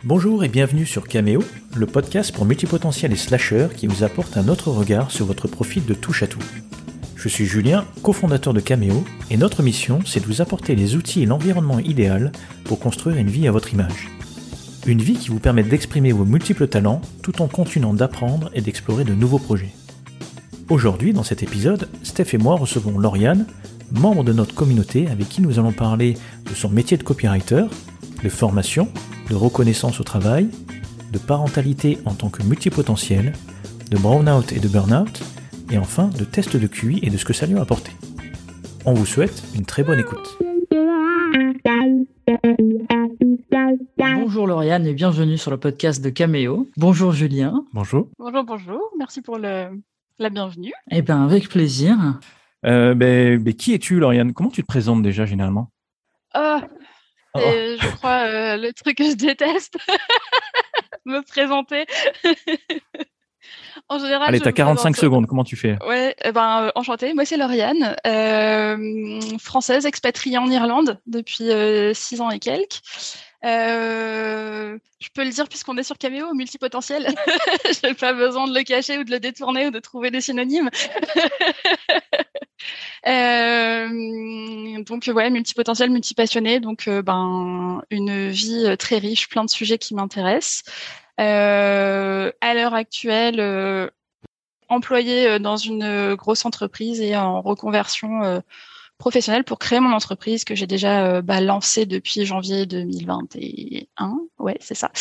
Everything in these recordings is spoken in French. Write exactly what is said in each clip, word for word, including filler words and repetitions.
Bonjour et bienvenue sur Cameo, le podcast pour multipotentiels et slasheurs qui vous apporte un autre regard sur votre profil de touche à tout. Je suis Julien, cofondateur de Cameo, et notre mission, c'est de vous apporter les outils et l'environnement idéal pour construire une vie à votre image. Une vie qui vous permette d'exprimer vos multiples talents tout en continuant d'apprendre et d'explorer de nouveaux projets. Aujourd'hui, dans cet épisode, Steph et moi recevons Lauriane, membre de notre communauté avec qui nous allons parler de son métier de copywriter, de formation, de reconnaissance au travail, de parentalité en tant que multipotentiel, de burn-out et de burn-out, et enfin de tests de Q I et de ce que ça lui a apporté. On vous souhaite une très bonne écoute. Bonjour Lauriane et bienvenue sur le podcast de Cameo. Bonjour Julien. Bonjour. Bonjour, bonjour. Merci pour le, la bienvenue. Eh bien, avec plaisir. Euh, ben, ben, qui es-tu, Lauriane? Comment tu te présentes déjà, généralement? Ah, c'est, je crois, euh, le truc que je déteste. Me présenter. En général, Allez, je t'as me quarante-cinq présente... secondes. Comment tu fais? Ouais, eh ben, euh, enchantée. Moi, c'est Lauriane, euh, française, expatriée en Irlande depuis euh, six ans et quelques. Euh, je peux le dire puisqu'on est sur Cameo, multipotentiel. J'ai pas besoin de le cacher ou de le détourner ou de trouver des synonymes. euh, donc ouais, multipotentiel, multipassionné. Donc euh, ben une vie très riche, plein de sujets qui m'intéressent. Euh, à l'heure actuelle, euh, employée dans une grosse entreprise et en reconversion euh, professionnelle pour créer mon entreprise que j'ai déjà euh, bah, lancée depuis janvier deux mille vingt et un. Ouais, c'est ça.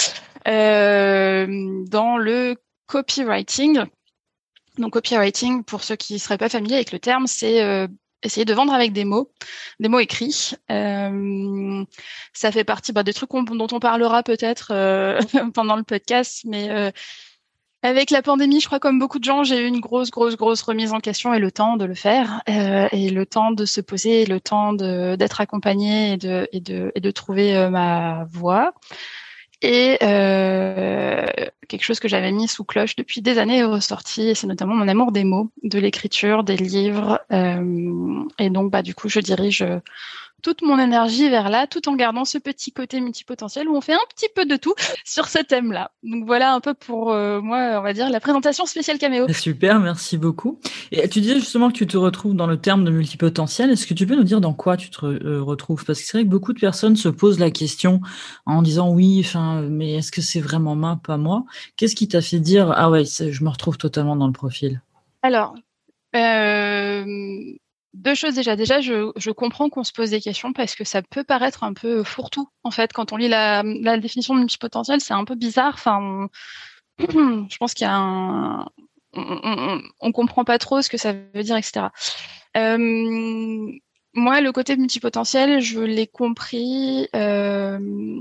Euh, dans le copywriting. Donc, copywriting, pour ceux qui ne seraient pas familiers avec le terme, c'est euh, essayer de vendre avec des mots, des mots écrits. Euh, ça fait partie bah, des trucs on, dont on parlera peut-être euh, pendant le podcast, mais euh, avec la pandémie, je crois comme beaucoup de gens, j'ai eu une grosse, grosse, grosse remise en question et le temps de le faire, euh, et le temps de se poser, et le temps de, d'être accompagné et de, et de, et de trouver euh, ma voie. Et euh, quelque chose que j'avais mis sous cloche depuis des années est ressorti, et c'est notamment mon amour des mots, de l'écriture, des livres. Euh, et donc, bah, du coup, je dirige toute mon énergie vers là, tout en gardant ce petit côté multipotentiel où on fait un petit peu de tout sur ce thème-là. Donc voilà un peu pour euh, moi, on va dire, la présentation spéciale Cameo. Super, merci beaucoup. Et tu disais justement que tu te retrouves dans le terme de multipotentiel. Est-ce que tu peux nous dire dans quoi tu te re- euh, retrouves? Parce que c'est vrai que beaucoup de personnes se posent la question en disant oui, enfin, mais est-ce que c'est vraiment moi, pas moi? Qu'est-ce qui t'a fait dire ah ouais, c'est, je me retrouve totalement dans le profil? Alors, euh, deux choses déjà. Déjà, je, je comprends qu'on se pose des questions parce que ça peut paraître un peu fourre-tout. En fait, quand on lit la, la définition de multipotentiel, c'est un peu bizarre. Enfin, on, je pense qu'il y a un, on, on, on comprend pas trop ce que ça veut dire, et cetera. Euh, moi, le côté multipotentiel, je l'ai compris. Euh,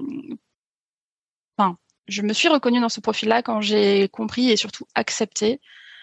enfin, je me suis reconnue dans ce profil-là quand j'ai compris et surtout accepté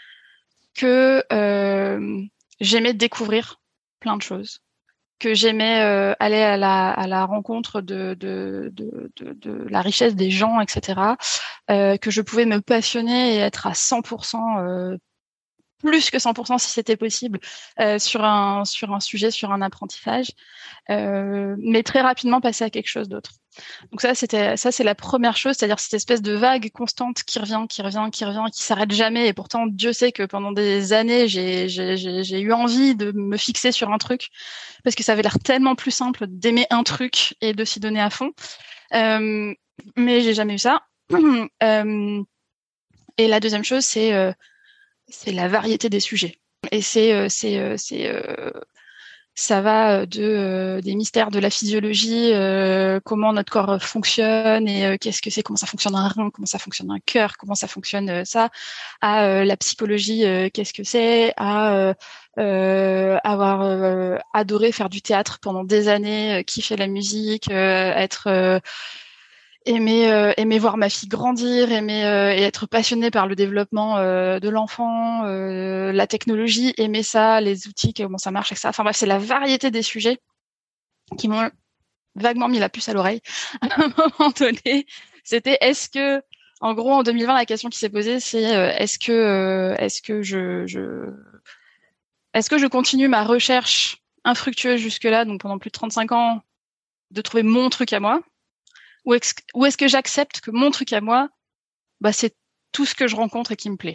que euh, j'aimais découvrir plein de choses, que j'aimais euh, aller à la, à la rencontre de, de, de, de, de la richesse des gens, et cetera, euh, que je pouvais me passionner et être à cent pour cent, euh, plus que cent pour cent si c'était possible, euh, sur, un, sur un sujet, sur un apprentissage, euh, mais très rapidement passer à quelque chose d'autre. Donc ça, c'était, ça, c'est la première chose, c'est-à-dire cette espèce de vague constante qui revient, qui revient, qui revient, qui s'arrête jamais. Et pourtant, Dieu sait que pendant des années, j'ai, j'ai, j'ai, j'ai eu envie de me fixer sur un truc parce que ça avait l'air tellement plus simple d'aimer un truc et de s'y donner à fond. Euh, mais j'ai jamais eu ça. euh, et la deuxième chose, c'est, euh, c'est la variété des sujets. Et c'est, euh, c'est, euh, c'est euh, ça va de euh, des mystères de la physiologie, euh, comment notre corps fonctionne et euh, qu'est-ce que c'est, comment ça fonctionne un rein, comment ça fonctionne un cœur, comment ça fonctionne euh, ça, à euh, la psychologie, euh, qu'est-ce que c'est, à euh, euh, avoir euh, adoré faire du théâtre pendant des années, euh, kiffer la musique, euh, être euh, aimer euh, aimer voir ma fille grandir, aimer euh, et être passionnée par le développement euh, de l'enfant, euh, la technologie, aimer ça, les outils, comment ça marche, et cetera. Enfin bref, c'est la variété des sujets qui m'ont vaguement mis la puce à l'oreille à un moment donné. C'était est-ce que, en gros, en deux mille vingt, la question qui s'est posée, c'est euh, est-ce que euh, est-ce que je, je est-ce que je continue ma recherche infructueuse jusque-là, donc pendant plus de trente-cinq ans, de trouver mon truc à moi, ou est-ce, ou est-ce que j'accepte que mon truc à moi, bah, c'est tout ce que je rencontre et qui me plaît.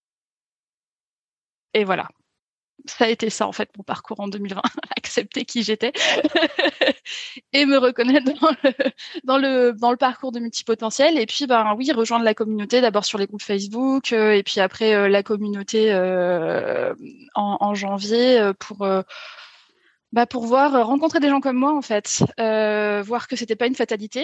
Et voilà. Ça a été ça, en fait, mon parcours en deux mille vingt. Accepter qui j'étais et me reconnaître dans le, dans le, dans le parcours de multipotentiel. Et puis, ben oui, rejoindre la communauté, d'abord sur les groupes Facebook, euh, et puis après euh, la communauté euh, en, en janvier euh, pour... Euh, bah pour voir euh, rencontrer des gens comme moi en fait, euh, voir que c'était pas une fatalité,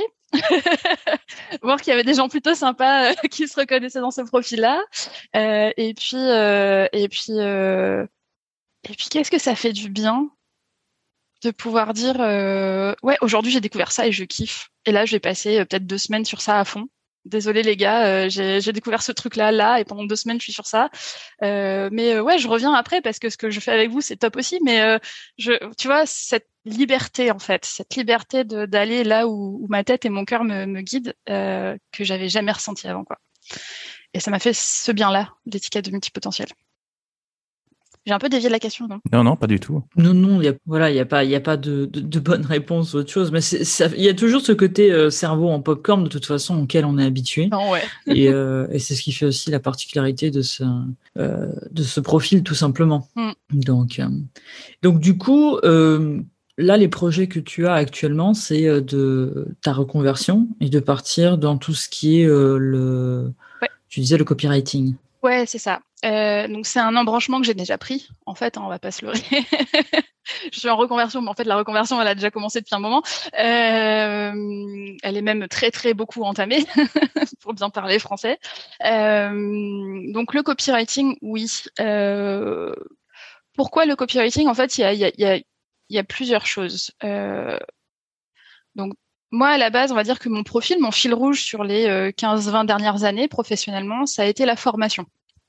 voir qu'il y avait des gens plutôt sympas euh, qui se reconnaissaient dans ce profil-là, euh, et puis euh, et puis euh, et puis qu'est-ce que ça fait du bien de pouvoir dire euh, ouais aujourd'hui j'ai découvert ça et je kiffe, et là je vais passer euh, peut-être deux semaines sur ça à fond. Désolée les gars, euh, j'ai, j'ai découvert ce truc-là là et pendant deux semaines je suis sur ça. Euh, mais euh, ouais, je reviens après parce que ce que je fais avec vous c'est top aussi. Mais euh, je, tu vois, cette liberté en fait, cette liberté de, d'aller là où, où ma tête et mon cœur me, me guident, euh, que j'avais jamais ressenti avant quoi. Et ça m'a fait ce bien-là, l'étiquette de multipotentiel. J'ai un peu dévié de la question, non ? Non, non, pas du tout. Non, non, il y a, voilà, il y a pas, il y a pas de, de, de bonne réponse ou autre chose. Mais c'est, ça, il y a toujours ce côté euh, cerveau en popcorn de toute façon auquel on est habitué. Non, ouais. et, euh, et c'est ce qui fait aussi la particularité de ce, euh, de ce profil tout simplement. Mm. Donc, euh, donc du coup, euh, là, les projets que tu as actuellement, c'est de ta reconversion et de partir dans tout ce qui est euh, le, ouais. tu disais le copywriting. Ouais, c'est ça. Euh, donc c'est un embranchement que j'ai déjà pris. En fait, hein, on va pas se leurrer. Je suis en reconversion, mais en fait la reconversion elle a déjà commencé depuis un moment. Euh, elle est même très très beaucoup entamée, pour bien parler français. Euh, donc le copywriting, oui. Euh, pourquoi le copywriting ? En fait, il y a, il y a, il y a, il y a plusieurs choses. Euh, donc moi, à la base, on va dire que mon profil, mon fil rouge sur les quinze vingt dernières années professionnellement, ça a été la formation.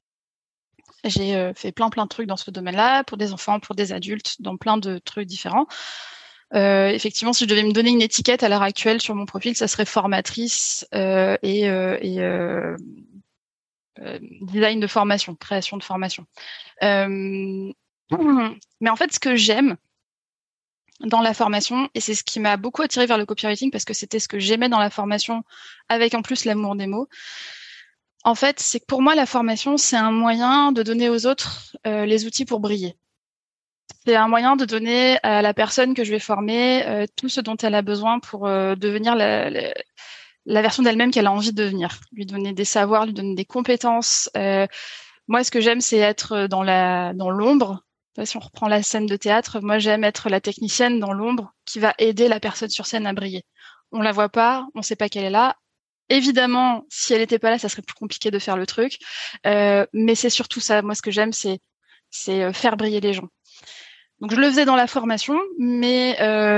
J'ai euh, fait plein, plein de trucs dans ce domaine-là, pour des enfants, pour des adultes, dans plein de trucs différents. Euh, effectivement, si je devais me donner une étiquette à l'heure actuelle sur mon profil, ça serait formatrice euh, et, euh, et euh, euh, design de formation, création de formation. Euh, mais en fait, ce que j'aime dans la formation, et c'est ce qui m'a beaucoup attirée vers le copywriting parce que c'était ce que j'aimais dans la formation, avec en plus l'amour des mots. En fait, c'est que pour moi, la formation, c'est un moyen de donner aux autres euh, les outils pour briller. C'est un moyen de donner à la personne que je vais former euh, tout ce dont elle a besoin pour euh, devenir la, la, la version d'elle-même qu'elle a envie de devenir. Lui donner des savoirs, lui donner des compétences. Euh, moi, ce que j'aime, c'est être dans la dans l'ombre. Si on reprend la scène de théâtre, moi, j'aime être la technicienne dans l'ombre qui va aider la personne sur scène à briller. On la voit pas, on sait pas qu'elle est là. Évidemment, si elle n'était pas là, ça serait plus compliqué de faire le truc. Euh, mais c'est surtout ça. Moi, ce que j'aime, c'est c'est faire briller les gens. Donc, je le faisais dans la formation, mais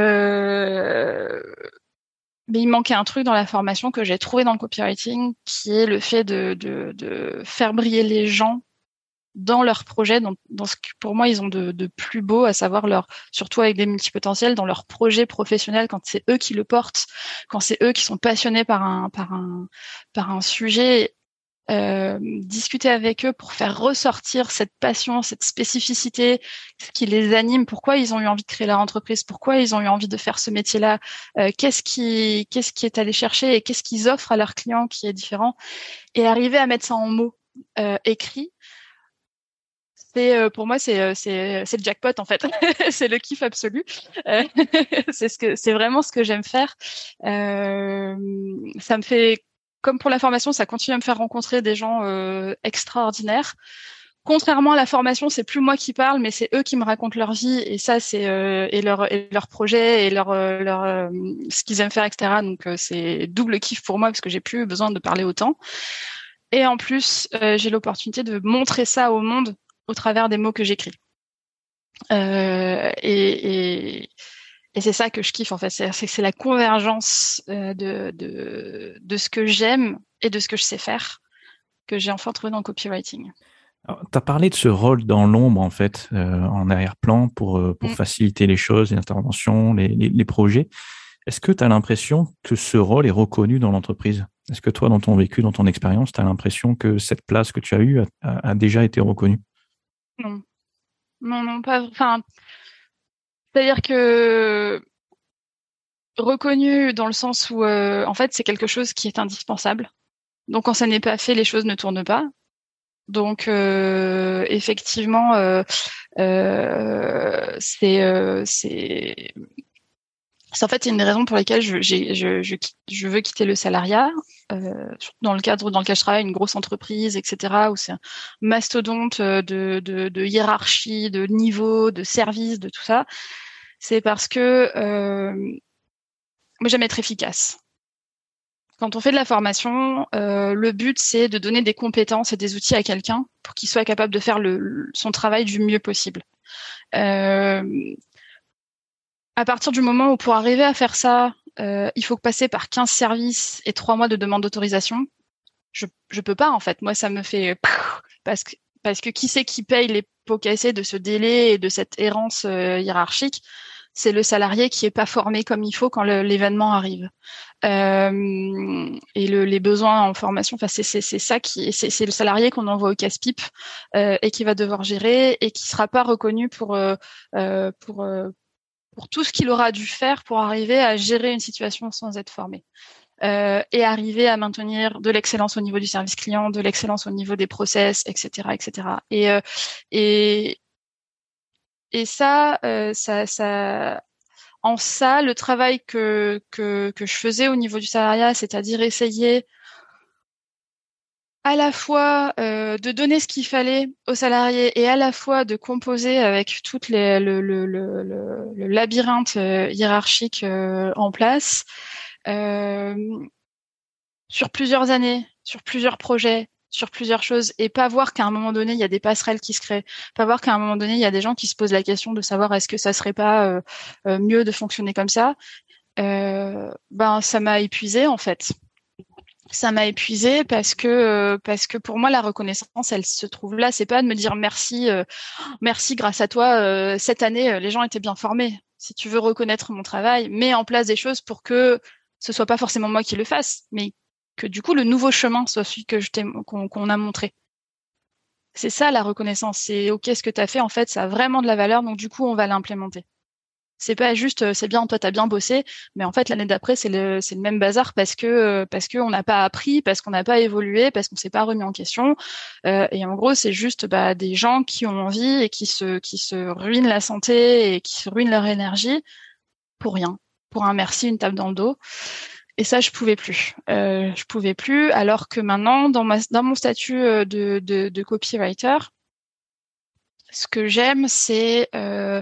euh, mais il manquait un truc dans la formation que j'ai trouvé dans le copywriting, qui est le fait de de, de faire briller les gens dans leur projet, dans, dans ce que pour moi ils ont de, de plus beau, à savoir leur, surtout avec des multipotentiels, dans leur projet professionnel, quand c'est eux qui le portent, quand c'est eux qui sont passionnés par un par un par un sujet, euh, discuter avec eux pour faire ressortir cette passion, cette spécificité, ce qui les anime, pourquoi ils ont eu envie de créer leur entreprise, pourquoi ils ont eu envie de faire ce métier-là, euh, qu'est-ce qui qu'est-ce qui est allé chercher et qu'est-ce qu'ils offrent à leurs clients qui est différent, et arriver à mettre ça en mots euh, écrits. C'est, pour moi, c'est, c'est, c'est le jackpot en fait. C'est le kiff absolu. Euh, c'est ce que, c'est vraiment ce que j'aime faire. Euh, ça me fait, comme pour la formation, ça continue à me faire rencontrer des gens euh, extraordinaires. Contrairement à la formation, c'est plus moi qui parle, mais c'est eux qui me racontent leur vie, et ça, c'est euh, et leur et leur projet et leur euh, leur euh, ce qu'ils aiment faire, et cetera. Donc euh, c'est double kiff pour moi parce que j'ai plus besoin de parler autant. Et en plus, euh, j'ai l'opportunité de montrer ça au monde au travers des mots que j'écris. Euh, et, et, et c'est ça que je kiffe en fait, c'est, c'est, c'est la convergence euh, de, de, de ce que j'aime et de ce que je sais faire que j'ai enfin trouvé dans le copywriting. Tu as parlé de ce rôle dans l'ombre en fait, euh, en arrière-plan pour, euh, pour mm. faciliter les choses, les interventions, les, les, les projets. Est-ce que tu as l'impression que ce rôle est reconnu dans l'entreprise ? Est-ce que toi, dans ton vécu, dans ton expérience, tu as l'impression que cette place que tu as eue a, a, a déjà été reconnue ? Non, non, non, pas. Enfin, c'est-à-dire que reconnu dans le sens où, euh, en fait, c'est quelque chose qui est indispensable. Donc, quand ça n'est pas fait, les choses ne tournent pas. Donc, euh, effectivement, euh, euh, c'est, euh, c'est, c'est en fait c'est une des raisons pour lesquelles je, j'ai, je, je, je veux quitter le salariat. Euh, dans le cadre dans lequel je travaille, une grosse entreprise, et cetera, où c'est un mastodonte de, de, de hiérarchie, de niveau, de service, de tout ça. C'est parce que euh, moi, j'aime être efficace. Quand on fait de la formation, euh, le but, c'est de donner des compétences et des outils à quelqu'un pour qu'il soit capable de faire le, son travail du mieux possible. Euh, à partir du moment où pour arriver à faire ça, euh, il faut passer par quinze services et trois mois de demande d'autorisation, je je peux pas, en fait. Moi, ça me fait... Parce que, parce que qui c'est qui paye les pots cassés de ce délai et de cette errance euh, hiérarchique? C'est le salarié qui est pas formé comme il faut quand le, l'événement arrive. Euh, et le, les besoins en formation, enfin c'est c'est c'est ça qui c'est c'est le salarié qu'on envoie au casse-pipe euh, et qui va devoir gérer et qui sera pas reconnu pour euh, euh, pour euh, pour tout ce qu'il aura dû faire pour arriver à gérer une situation sans être formé. Euh, et arriver à maintenir de l'excellence au niveau du service client, de l'excellence au niveau des process, et cetera, et cetera. Et euh, et et ça, euh, ça, ça, en ça, le travail que que que je faisais au niveau du salariat, c'est-à-dire essayer à la fois euh, de donner ce qu'il fallait aux salariés et à la fois de composer avec tout le, le, le, le, le labyrinthe euh, hiérarchique euh, en place euh, sur plusieurs années, sur plusieurs projets, sur plusieurs choses, et pas voir qu'à un moment donné, il y a des passerelles qui se créent, pas voir qu'à un moment donné, il y a des gens qui se posent la question de savoir est-ce que ça serait pas euh, euh, mieux de fonctionner comme ça. Euh, ben, ça m'a épuisée, en fait. Ça m'a épuisée parce que euh, parce que pour moi la reconnaissance elle se trouve là, c'est pas de me dire merci euh, merci grâce à toi euh, cette année euh, les gens étaient bien formés. Si tu veux reconnaître mon travail, mets en place des choses pour que ce soit pas forcément moi qui le fasse, mais que du coup le nouveau chemin soit celui que je t'ai qu'on, qu'on a montré. C'est ça la reconnaissance, c'est OK, ce que tu as fait en fait, ça a vraiment de la valeur, donc du coup on va l'implémenter. C'est pas juste c'est bien, toi t'as bien bossé, mais en fait l'année d'après c'est le c'est le même bazar parce que parce que on n'a pas appris, parce qu'on n'a pas évolué, parce qu'on s'est pas remis en question. Euh, et en gros c'est juste bah, des gens qui ont envie et qui se qui se ruinent la santé et qui se ruinent leur énergie pour rien, pour un merci, une tape dans le dos. Et ça je pouvais plus, euh, je pouvais plus. Alors que maintenant dans ma dans mon statut de de, de copywriter, ce que j'aime c'est euh,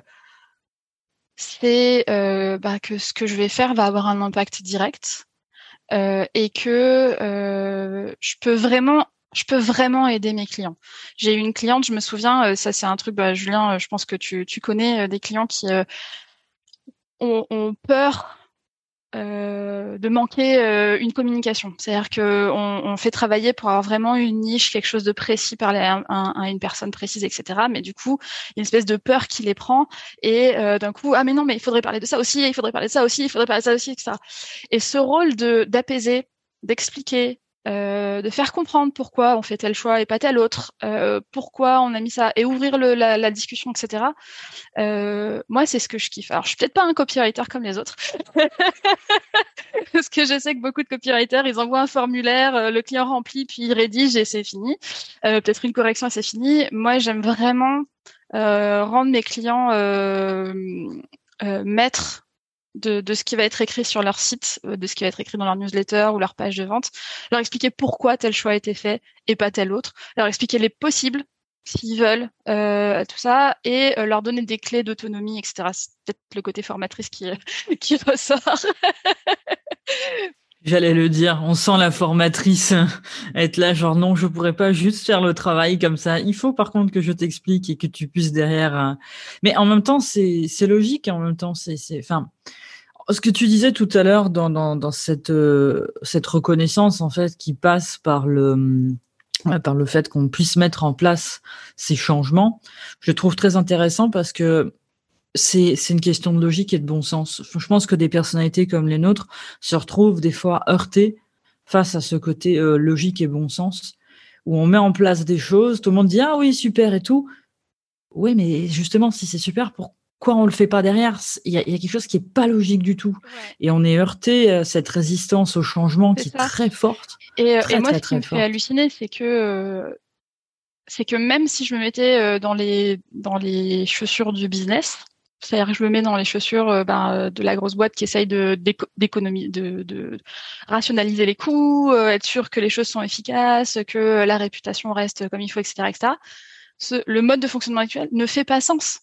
c'est euh, bah, que ce que je vais faire va avoir un impact direct euh, et que euh, je peux vraiment je peux vraiment aider mes clients. J'ai eu une cliente, je me souviens, euh, ça c'est un truc, bah, Julien, je pense que tu, tu connais euh, des clients qui euh, ont, ont peur Euh, de manquer euh, une communication. C'est-à-dire que on, on fait travailler pour avoir vraiment une niche, quelque chose de précis, parler à, un, à une personne précise, et cetera. Mais du coup, il y a une espèce de peur qui les prend et euh, d'un coup, ah mais non, mais il faudrait parler de ça aussi, il faudrait parler de ça aussi, il faudrait parler de ça aussi, et cetera. Et ce rôle de d'apaiser, d'expliquer, euh, de faire comprendre pourquoi on fait tel choix et pas tel autre, euh, pourquoi on a mis ça, et ouvrir le, la, la discussion, et cetera. Euh, moi, c'est ce que je kiffe. Alors, je suis peut-être pas un copywriter comme les autres, parce que je sais que beaucoup de copywriters, ils envoient un formulaire, euh, le client remplit, puis il rédige et c'est fini. Euh, peut-être une correction et c'est fini. Moi, j'aime vraiment euh, rendre mes clients euh, euh, maîtres de, de ce qui va être écrit sur leur site, de ce qui va être écrit dans leur newsletter ou leur page de vente, leur expliquer pourquoi tel choix a été fait et pas tel autre, leur expliquer les possibles s'ils veulent, euh, tout ça, et euh, leur donner des clés d'autonomie, et cetera. C'est peut-être le côté formatrice qui, qui ressort. J'allais le dire, on sent la formatrice être là, genre non, je pourrais pas juste faire le travail comme ça. Il faut par contre que je t'explique et que tu puisses derrière. Euh... Mais en même temps, c'est c'est logique. En même temps, c'est c'est. Enfin, ce que tu disais tout à l'heure dans dans dans cette euh, cette reconnaissance en fait qui passe par le par le fait qu'on puisse mettre en place ces changements, je trouve très intéressant parce que c'est c'est une question de logique et de bon sens. Je pense que des personnalités comme les nôtres se retrouvent des fois heurtées face à ce côté euh, logique et bon sens, où on met en place des choses, tout le monde dit ah oui super et tout. Oui, mais justement si c'est super, pour pourquoi on ne le fait pas derrière ? Il y, y a quelque chose qui n'est pas logique du tout. Ouais. Et on est heurté à cette résistance au changement C'est qui ça. est très forte. Et, très, et moi, très, ce qui très me forte. fait halluciner, c'est que, euh, c'est que même si je me mettais dans les, dans les chaussures du business, c'est-à-dire que je me mets dans les chaussures euh, ben, de la grosse boîte qui essaye de, d'économiser, de, de rationaliser les coûts, euh, être sûr que les choses sont efficaces, que la réputation reste comme il faut, et cetera, et cetera. Ce, le mode de fonctionnement actuel ne fait pas sens.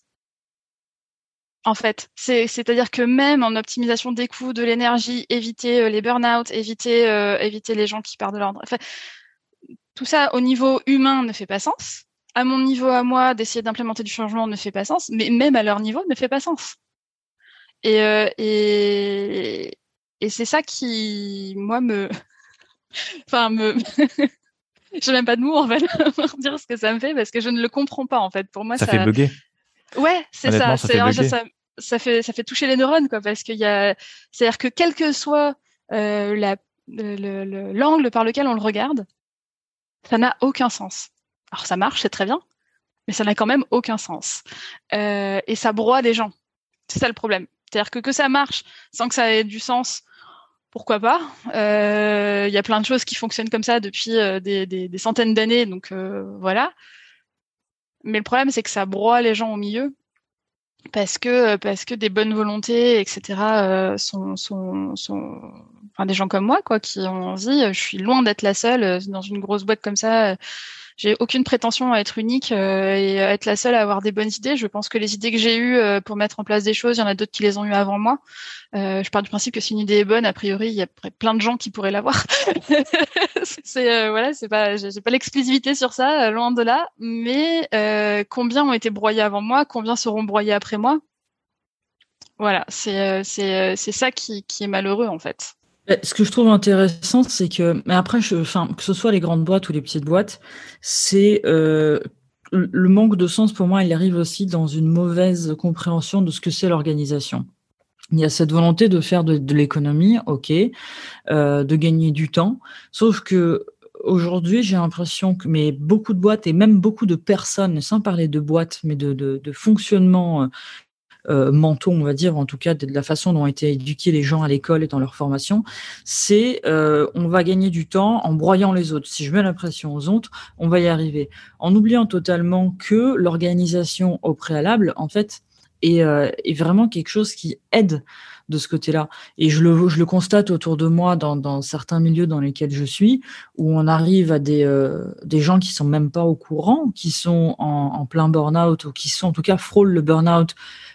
En fait, c'est, c'est-à-dire que même en optimisation des coûts, de l'énergie, éviter euh, les burn-out, éviter, euh, éviter les gens qui perdent de l'ordre. Enfin, tout ça au niveau humain ne fait pas sens. À mon niveau, à moi, d'essayer d'implémenter du changement ne fait pas sens, mais même à leur niveau ne fait pas sens. Et, euh, et, et c'est ça qui, moi, me, enfin, me, j'ai même pas de mots, en fait, pour dire ce que ça me fait, parce que je ne le comprends pas, en fait. Pour moi, ça, ça fait bugger. Ouais, c'est Honnêtement, ça. ça C'est, fait bugger. ça, ça fait, ça fait toucher les neurones, quoi, parce qu'il y a, c'est-à-dire que quel que soit euh, la, le, le, l'angle par lequel on le regarde, ça n'a aucun sens. Alors ça marche, c'est très bien, mais ça n'a quand même aucun sens. Euh, et ça broie des gens. C'est ça le problème. C'est-à-dire que que ça marche sans que ça ait du sens, pourquoi pas. Il euh, y a plein de choses qui fonctionnent comme ça depuis euh, des, des, des centaines d'années, donc euh, voilà. Mais le problème, c'est que ça broie les gens au milieu. Parce que parce que des bonnes volontés, et cetera, euh, sont sont sont enfin des gens comme moi, quoi, qui ont envie. Je suis loin d'être la seule dans une grosse boîte comme ça. J'ai aucune prétention à être unique euh, et à être la seule à avoir des bonnes idées. Je pense que les idées que j'ai eues euh, pour mettre en place des choses, il y en a d'autres qui les ont eues avant moi. Euh, je pars du principe que si une idée est bonne, a priori, il y a plein de gens qui pourraient l'avoir. c'est euh, voilà, c'est pas, j'ai, j'ai pas l'exclusivité sur ça, euh, loin de là. Mais euh, combien ont été broyés avant moi, combien seront broyés après moi ? Voilà, c'est euh, c'est euh, c'est ça qui qui est malheureux en fait. Ce que je trouve intéressant, c'est que, mais après, je, enfin, que ce soit les grandes boîtes ou les petites boîtes, c'est euh, le manque de sens pour moi. Il arrive aussi dans une mauvaise compréhension de ce que c'est l'organisation. Il y a cette volonté de faire de, de l'économie, ok, euh, de gagner du temps, sauf que aujourd'hui, j'ai l'impression que, mais beaucoup de boîtes et même beaucoup de personnes, sans parler de boîtes, mais de, de, de fonctionnement. Euh, Euh, mentaux, on va dire, en tout cas de, de la façon dont ont été éduqués les gens à l'école et dans leur formation, c'est euh, on va gagner du temps en broyant les autres. Si je mets la pression aux autres, on va y arriver. En oubliant totalement que l'organisation au préalable, en fait, est, euh, est vraiment quelque chose qui aide de ce côté-là. Et je le, je le constate autour de moi dans, dans certains milieux dans lesquels je suis, où on arrive à des, euh, des gens qui sont même pas au courant, qui sont en, en plein burn-out ou qui sont en tout cas frôlent le burn-out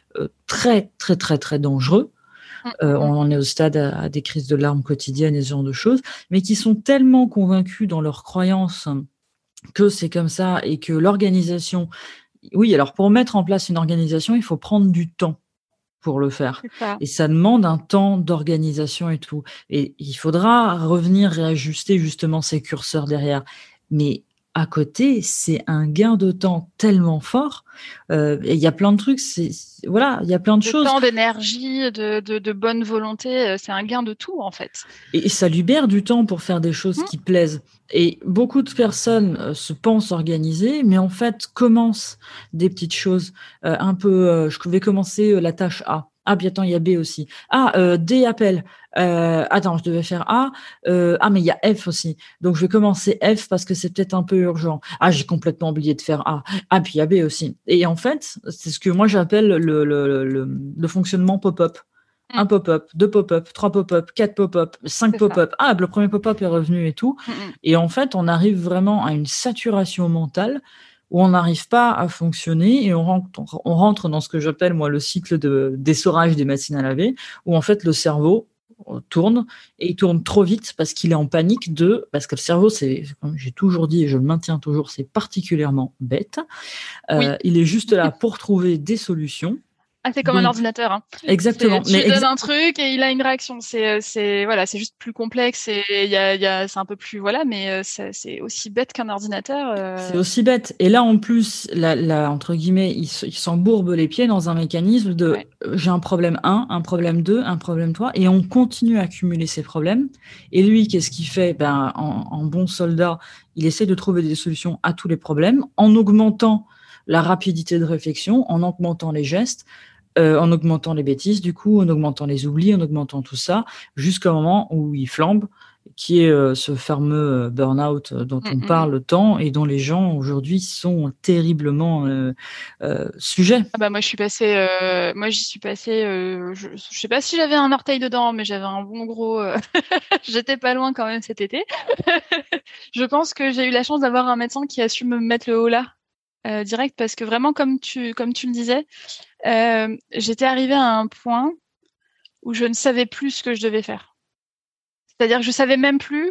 très, très, très, très dangereux. Euh, on en est au stade à, à des crises de larmes quotidiennes et ce genre de choses, mais qui sont tellement convaincus dans leur croyance que c'est comme ça et que l'organisation... Oui, alors pour mettre en place une organisation, il faut prendre du temps pour le faire. Ça. Et ça demande un temps d'organisation et tout. Et il faudra revenir réajuster justement ces curseurs derrière. Mais à côté, c'est un gain de temps tellement fort. Euh, et il y a plein de trucs. C'est, voilà, il y a plein de, de choses. De temps, d'énergie, de, de, de bonne volonté. C'est un gain de tout, en fait. Et, et ça libère du temps pour faire des choses mmh. qui plaisent. Et beaucoup de personnes euh, se pensent organisées, mais en fait commencent des petites choses. Euh, un peu, euh, je vais commencer euh, la tâche A. Ah, puis attends, il y a B aussi. Ah, euh, D appelle. Euh, attends, je devais faire A. Euh, ah, mais il y a F aussi. Donc, je vais commencer F parce que c'est peut-être un peu urgent. Ah, j'ai complètement oublié de faire A. Ah, puis il y a B aussi. Et en fait, c'est ce que moi j'appelle le, le, le, le fonctionnement pop-up. Mmh. Un pop-up, deux pop-up, trois pop-up, quatre pop-up, cinq c'est pop-up. Ça. Ah, le premier pop-up est revenu et tout. Mmh. Et en fait, on arrive vraiment à une saturation mentale où on n'arrive pas à fonctionner et on rentre, on rentre dans ce que j'appelle, moi, le cycle de d'essorage des machines à laver, où en fait, le cerveau tourne et il tourne trop vite parce qu'il est en panique de, parce que le cerveau, c'est, comme j'ai toujours dit et je le maintiens toujours, c'est particulièrement bête. Euh, oui. Il est juste là pour trouver des solutions. Ah, c'est comme Donc, un ordinateur. Hein. Exactement. C'est, tu mais lui donnes exa- un truc et il a une réaction. C'est, c'est, voilà, c'est juste plus complexe et il y a, il y a, c'est un peu plus, voilà, mais c'est, c'est aussi bête qu'un ordinateur. Euh... C'est aussi bête. Et là, en plus, la, la, entre guillemets, il, il s'embourbe les pieds dans un mécanisme de ouais. j'ai un problème un, un problème deux, un problème trois, et on continue à accumuler ces problèmes. Et lui, qu'est-ce qu'il fait? Ben, en, en bon soldat, il essaie de trouver des solutions à tous les problèmes en augmentant la rapidité de réflexion, en augmentant les gestes. euh, en augmentant les bêtises, du coup, en augmentant les oublis, en augmentant tout ça, jusqu'au moment où il flambe, qui est euh, ce fameux burn-out dont Mm, on mm, parle tant et dont les gens aujourd'hui sont terriblement euh, euh, sujets. Ah bah moi je suis passée, euh, moi j'y suis passée. Euh, je, je sais pas si j'avais un orteil dedans, mais j'avais un bon gros. Euh, J'étais pas loin quand même cet été. Je pense que j'ai eu la chance d'avoir un médecin qui a su me mettre le haut là euh, direct parce que vraiment comme tu comme tu le disais, euh, j'étais arrivée à un point où je ne savais plus ce que je devais faire. C'est-à-dire que je savais même plus.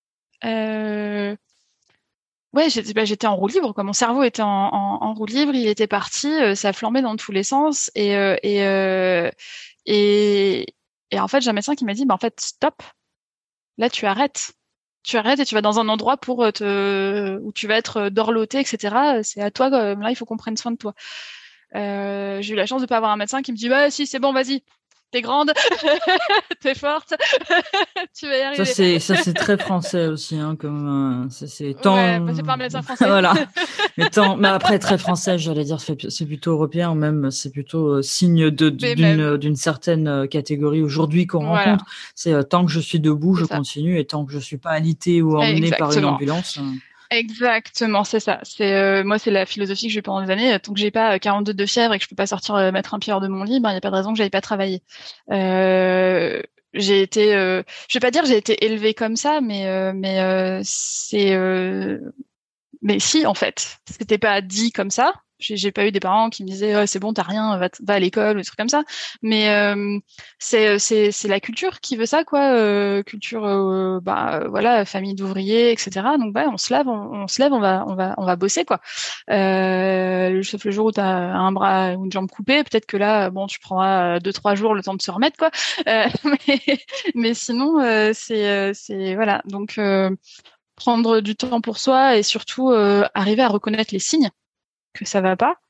Euh, Ouais, j'étais, bah, j'étais en roue libre, quoi. Mon cerveau était en, en, en roue libre, il était parti, euh, ça flambait dans tous les sens, et euh, et, euh, et et en fait, j'ai un médecin qui m'a dit, bah en fait, stop, là tu arrêtes, tu arrêtes et tu vas dans un endroit pour euh, te où tu vas être dorloté, et cetera. C'est à toi, euh, là, il faut qu'on prenne soin de toi. Euh, j'ai eu la chance de pas avoir un médecin qui me dit, bah si, c'est bon, vas-y. T'es grande, t'es forte, tu vas y arriver. Ça c'est ça c'est très français aussi, hein, comme euh, c'est, c'est tant. Ouais, bah, c'est pas un médecin français. Voilà. Mais tant, mais après très français, j'allais dire, c'est c'est plutôt européen, même c'est plutôt euh, signe de, de Mais d'une même. d'une certaine euh, catégorie aujourd'hui qu'on Voilà. rencontre. C'est euh, tant que je suis debout, C'est je ça. continue, et tant que je suis pas alité ou emmené par une Exactement. ambulance. euh, Exactement, c'est ça. C'est euh, moi, c'est la philosophie que j'ai eu pendant des années. Tant que j'ai pas quarante-deux de fièvre et que je peux pas sortir euh, mettre un pied hors de mon lit, ben il y a pas de raison que j'aille pas travailler. Euh, j'ai été, euh, je vais pas dire que j'ai été élevée comme ça, mais euh, mais euh, c'est, euh, mais si en fait, c'était pas dit comme ça. J'ai, j'ai pas eu des parents qui me disaient oh, c'est bon, t'as rien, va, va à l'école ou des trucs comme ça. Mais euh, c'est c'est c'est la culture qui veut ça quoi, euh, culture euh, bah voilà, famille d'ouvriers, et cetera. Donc bah on se lève, on, on se lève, on va on va on va bosser quoi. Euh, sauf le jour où t'as un bras ou une jambe coupée, peut-être que là bon tu prendras deux trois jours le temps de se remettre quoi. Euh, mais mais sinon euh, c'est euh, c'est voilà donc euh, prendre du temps pour soi et surtout euh, arriver à reconnaître les signes que ça va pas,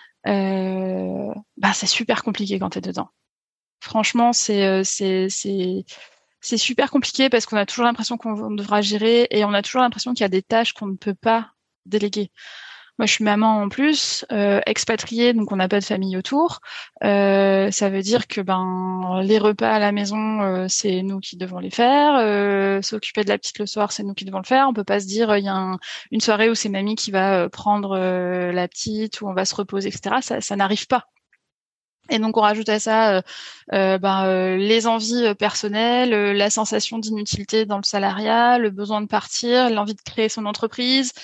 euh, bah c'est super compliqué quand t'es dedans. Franchement, c'est euh, c'est c'est c'est super compliqué parce qu'on a toujours l'impression qu'on devra gérer et on a toujours l'impression qu'il y a des tâches qu'on ne peut pas déléguer. Moi, je suis maman en plus, euh, expatriée, donc on n'a pas de famille autour. Euh, ça veut dire que ben les repas à la maison, euh, c'est nous qui devons les faire. Euh, s'occuper de la petite le soir, c'est nous qui devons le faire. On peut pas se dire il y a un, une soirée où c'est mamie qui va prendre euh, la petite, où on va se reposer, et cetera. Ça, ça n'arrive pas. Et donc on rajoute à ça euh, euh, ben, euh, les envies personnelles, euh, la sensation d'inutilité dans le salariat, le besoin de partir, l'envie de créer son entreprise.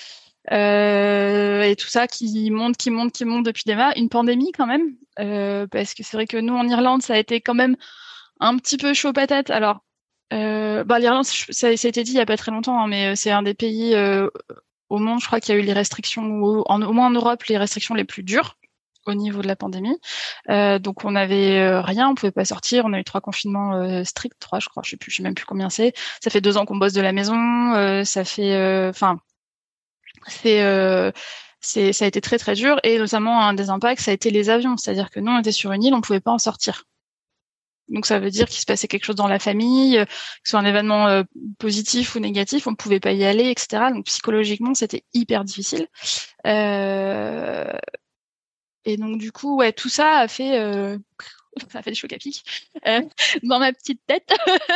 Euh, et tout ça qui monte, qui monte, qui monte depuis des mois. Une pandémie quand même, euh, parce que c'est vrai que nous en Irlande, ça a été quand même un petit peu chaud patate. Alors, euh, bah, l'Irlande, ça, ça a été dit il y a pas très longtemps, hein, mais c'est un des pays euh, au monde, je crois qu'il y a eu les restrictions, ou en, au moins en Europe, les restrictions les plus dures au niveau de la pandémie. Euh, donc on n'avait euh, rien, on pouvait pas sortir, on a eu trois confinements euh, stricts, trois je crois, je sais plus, je sais même plus combien c'est. Ça fait deux ans qu'on bosse de la maison, euh, ça fait, enfin. Euh, c'est euh, c'est ça a été très très dur et notamment un des impacts ça a été les avions, c'est-à-dire que nous on était sur une île, on pouvait pas en sortir. Donc ça veut dire qu'il se passait quelque chose dans la famille, que ce soit un événement euh, positif ou négatif, on pouvait pas y aller, et cetera. Donc psychologiquement c'était hyper difficile. Euh... Et donc du coup ouais tout ça a fait euh... ça a fait des chocs à pic euh, dans ma petite tête.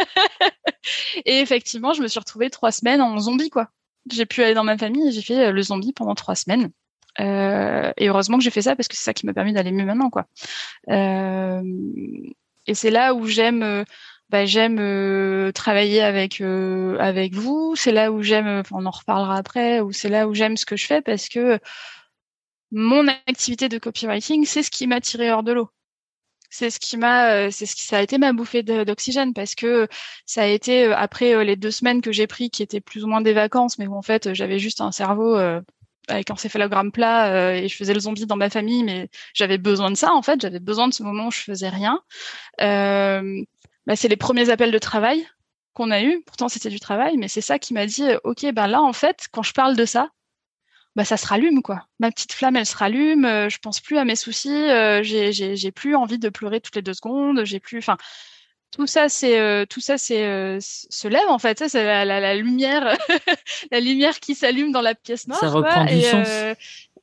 Et effectivement je me suis retrouvée trois semaines en zombie quoi. J'ai pu aller dans ma famille et j'ai fait le zombie pendant trois semaines. Euh, et heureusement que j'ai fait ça parce que c'est ça qui m'a permis d'aller mieux maintenant, quoi. Euh, et c'est là où j'aime, euh, bah, j'aime euh, travailler avec euh, avec vous. C'est là où j'aime, enfin, on en reparlera après, où c'est là où j'aime ce que je fais parce que mon activité de copywriting, c'est ce qui m'a tiré hors de l'eau. C'est ce qui m'a, c'est ce qui ça a été ma bouffée d'oxygène parce que ça a été après les deux semaines que j'ai pris qui étaient plus ou moins des vacances, mais où en fait j'avais juste un cerveau euh, avec un céphalogramme plat euh, et je faisais le zombie dans ma famille, mais j'avais besoin de ça en fait, j'avais besoin de ce moment où je faisais rien. Euh, bah, c'est les premiers appels de travail qu'on a eu. Pourtant c'était du travail, mais c'est ça qui m'a dit ok ben là en fait quand je parle de ça. Bah ça se rallume quoi. Ma petite flamme elle se rallume. Euh, je pense plus à mes soucis. Euh, j'ai j'ai j'ai plus envie de pleurer toutes les deux secondes. J'ai plus. Enfin tout ça c'est euh, tout ça c'est euh, se lève en fait. Ça c'est la, la, la lumière la lumière qui s'allume dans la pièce noire. Ça reprend quoi. du Et sens. euh,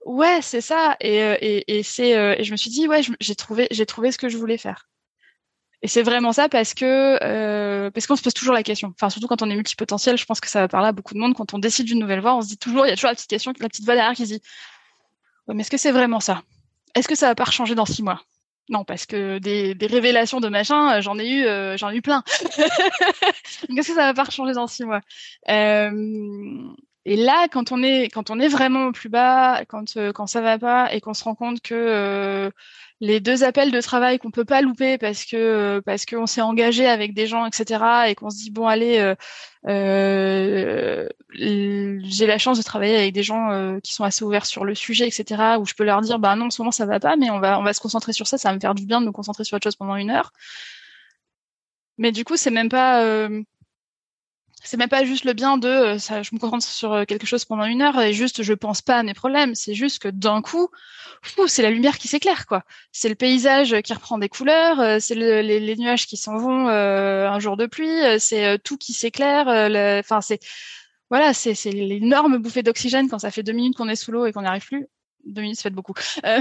Ouais, c'est ça. Et, et, et, c'est, et je me suis dit, ouais, j'ai trouvé, j'ai trouvé ce que je voulais faire. Et c'est vraiment ça parce que euh, parce qu'on se pose toujours la question. Enfin, surtout quand on est multipotentiel, je pense que ça va parler à beaucoup de monde. Quand on décide d'une nouvelle voie, on se dit toujours, il y a toujours la petite question, la petite voix derrière qui se dit, ouais, mais est-ce que c'est vraiment ça? Est-ce que ça va pas changer dans six mois? Non, parce que des, des révélations de machin, j'en ai eu, euh, j'en ai eu plein. Donc, est-ce que ça va pas changer dans six mois? euh, Et là, quand on est quand on est vraiment au plus bas, quand euh, quand ça va pas et qu'on se rend compte que euh, les deux appels de travail qu'on peut pas louper parce que parce qu'on s'est engagé avec des gens, et cetera, et qu'on se dit bon allez, euh, euh, j'ai la chance de travailler avec des gens euh, qui sont assez ouverts sur le sujet, et cetera, où je peux leur dire bah non, en ce moment ça va pas, mais on va on va se concentrer sur ça, ça va me faire du bien de me concentrer sur autre chose pendant une heure. Mais du coup, c'est même pas euh, c'est même pas juste le bien de euh, ça, je me concentre sur quelque chose pendant une heure et juste je pense pas à mes problèmes. C'est juste que d'un coup, fou, c'est la lumière qui s'éclaire, quoi. C'est le paysage qui reprend des couleurs, euh, c'est le, les, les nuages qui s'en vont euh, un jour de pluie, euh, c'est euh, tout qui s'éclaire. Enfin, c'est voilà, c'est c'est l'énorme bouffée d'oxygène quand ça fait deux minutes qu'on est sous l'eau et qu'on n'y arrive plus. Deux minutes, ça fait beaucoup. Euh...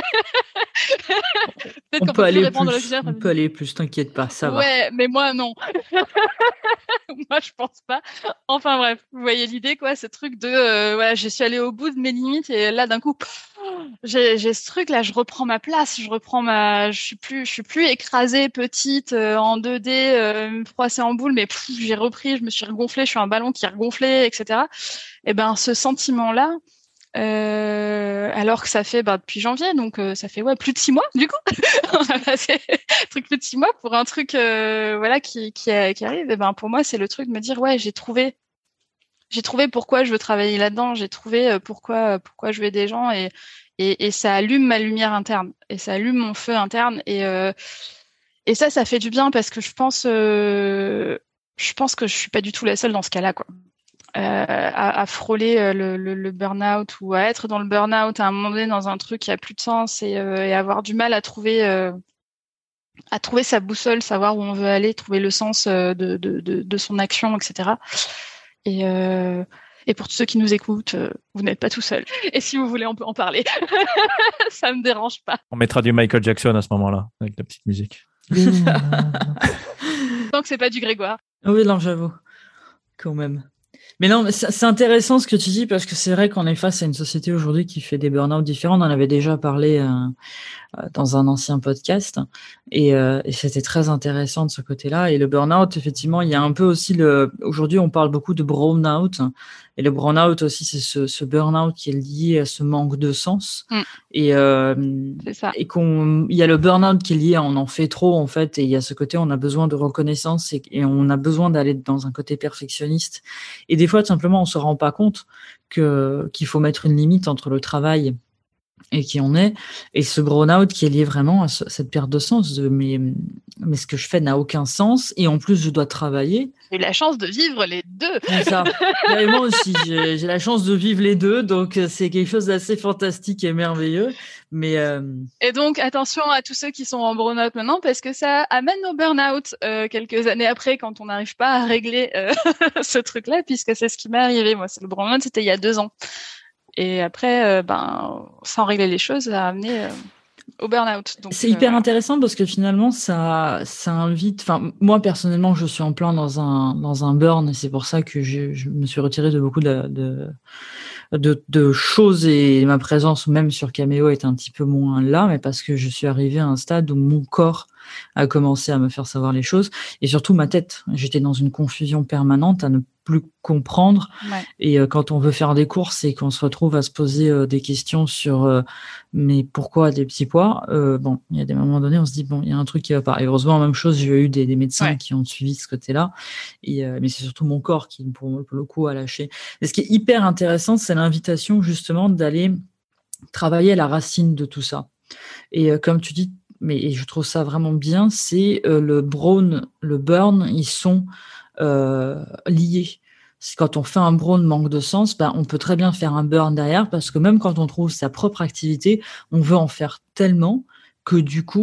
on, peut peut aller plus, on peut aller plus, t'inquiète pas, ça ouais, va. Ouais, mais moi, non. Moi, je pense pas. Enfin bref, vous voyez l'idée, quoi, ce truc de, euh, voilà, je suis allée au bout de mes limites et là, d'un coup, pff, j'ai, j'ai ce truc là, je reprends ma place, je reprends ma, je suis plus, je suis plus écrasée, petite, euh, en deux D, euh, froissée en boule, mais pff, j'ai repris, je me suis regonflée, je suis un ballon qui est regonflé, et cetera. Et ben, ce sentiment-là. Euh, alors que ça fait bah, depuis janvier, donc euh, ça fait ouais plus de six mois du coup. On a passé truc plus de six mois pour un truc euh, voilà qui qui, qui arrive. Et ben pour moi c'est le truc de me dire ouais j'ai trouvé j'ai trouvé pourquoi je veux travailler là-dedans, j'ai trouvé pourquoi pourquoi je veux aider des gens et et, et ça allume ma lumière interne et ça allume mon feu interne et euh, et ça ça fait du bien parce que je pense euh, je pense que je suis pas du tout la seule dans ce cas-là quoi. Euh, à, à frôler le, le, le burn-out ou à être dans le burn-out à un moment donné dans un truc qui a plus de sens et, euh, et avoir du mal à trouver euh, à trouver sa boussole, savoir où on veut aller, trouver le sens de, de, de, de son action, et cetera. Et, euh, et pour tous ceux qui nous écoutent, vous n'êtes pas tout seul. Et si vous voulez, on peut en parler. Ça me dérange pas. On mettra du Michael Jackson à ce moment-là, avec la petite musique. Tant que c'est pas du Grégoire. Oui, non, j'avoue. Quand même. Mais non, mais c'est intéressant ce que tu dis parce que c'est vrai qu'on est face à une société aujourd'hui qui fait des burn-out différents. On en avait déjà parlé euh, dans un ancien podcast et, euh, et c'était très intéressant de ce côté-là. Et le burn-out, effectivement, il y a un peu aussi le. Aujourd'hui, on parle beaucoup de brown-out et le brown-out aussi, c'est ce, ce burn-out qui est lié à ce manque de sens. Mmh. Et euh, c'est ça. Et qu'on, il y a le burn-out qui est lié à on en fait trop en fait, et il y a ce côté on a besoin de reconnaissance et, et on a besoin d'aller dans un côté perfectionniste. Et des fois, tout simplement, on se rend pas compte que qu'il faut mettre une limite entre le travail et qui on est, et ce burn-out qui est lié vraiment à ce, cette perte de sens de mais, mais ce que je fais n'a aucun sens et en plus je dois travailler. J'ai eu la chance de vivre les deux. C'est ça. Et moi aussi, j'ai, j'ai la chance de vivre les deux, donc c'est quelque chose d'assez fantastique et merveilleux. Mais euh... Et donc attention à tous ceux qui sont en burn-out maintenant parce que ça amène au burn-out euh, quelques années après quand on n'arrive pas à régler euh, ce truc-là, puisque c'est ce qui m'est arrivé. Moi, c'est le burn-out, c'était il y a deux ans. Et après, euh, ben, sans régler les choses, ça a amené euh, au burn-out. Donc, c'est hyper euh, voilà. intéressant parce que finalement, ça, ça invite. Enfin, moi personnellement, je suis en plein dans un dans un burn et c'est pour ça que je, je me suis retirée de beaucoup de, de de de choses et ma présence même sur Cameo est un petit peu moins là, mais parce que je suis arrivée à un stade où mon corps a commencé à me faire savoir les choses et surtout ma tête. J'étais dans une confusion permanente à ne plus comprendre. Ouais. Et euh, quand on veut faire des courses et qu'on se retrouve à se poser euh, des questions sur euh, mais pourquoi des petits pois, euh, bon, il y a des moments donnés, on se dit bon, il y a un truc qui va pas. Et heureusement, même chose, j'ai eu des, des médecins Ouais. qui ont suivi ce côté-là. Et euh, mais c'est surtout mon corps qui, pour, pour le coup, a lâché. Et ce qui est hyper intéressant, c'est l'invitation justement d'aller travailler à la racine de tout ça. Et euh, comme tu dis, mais et je trouve ça vraiment bien, c'est euh, le brown, le burn, ils sont euh, liés. Quand on fait un brown manque de sens, ben, on peut très bien faire un burn derrière parce que même quand on trouve sa propre activité, on veut en faire tellement que du coup,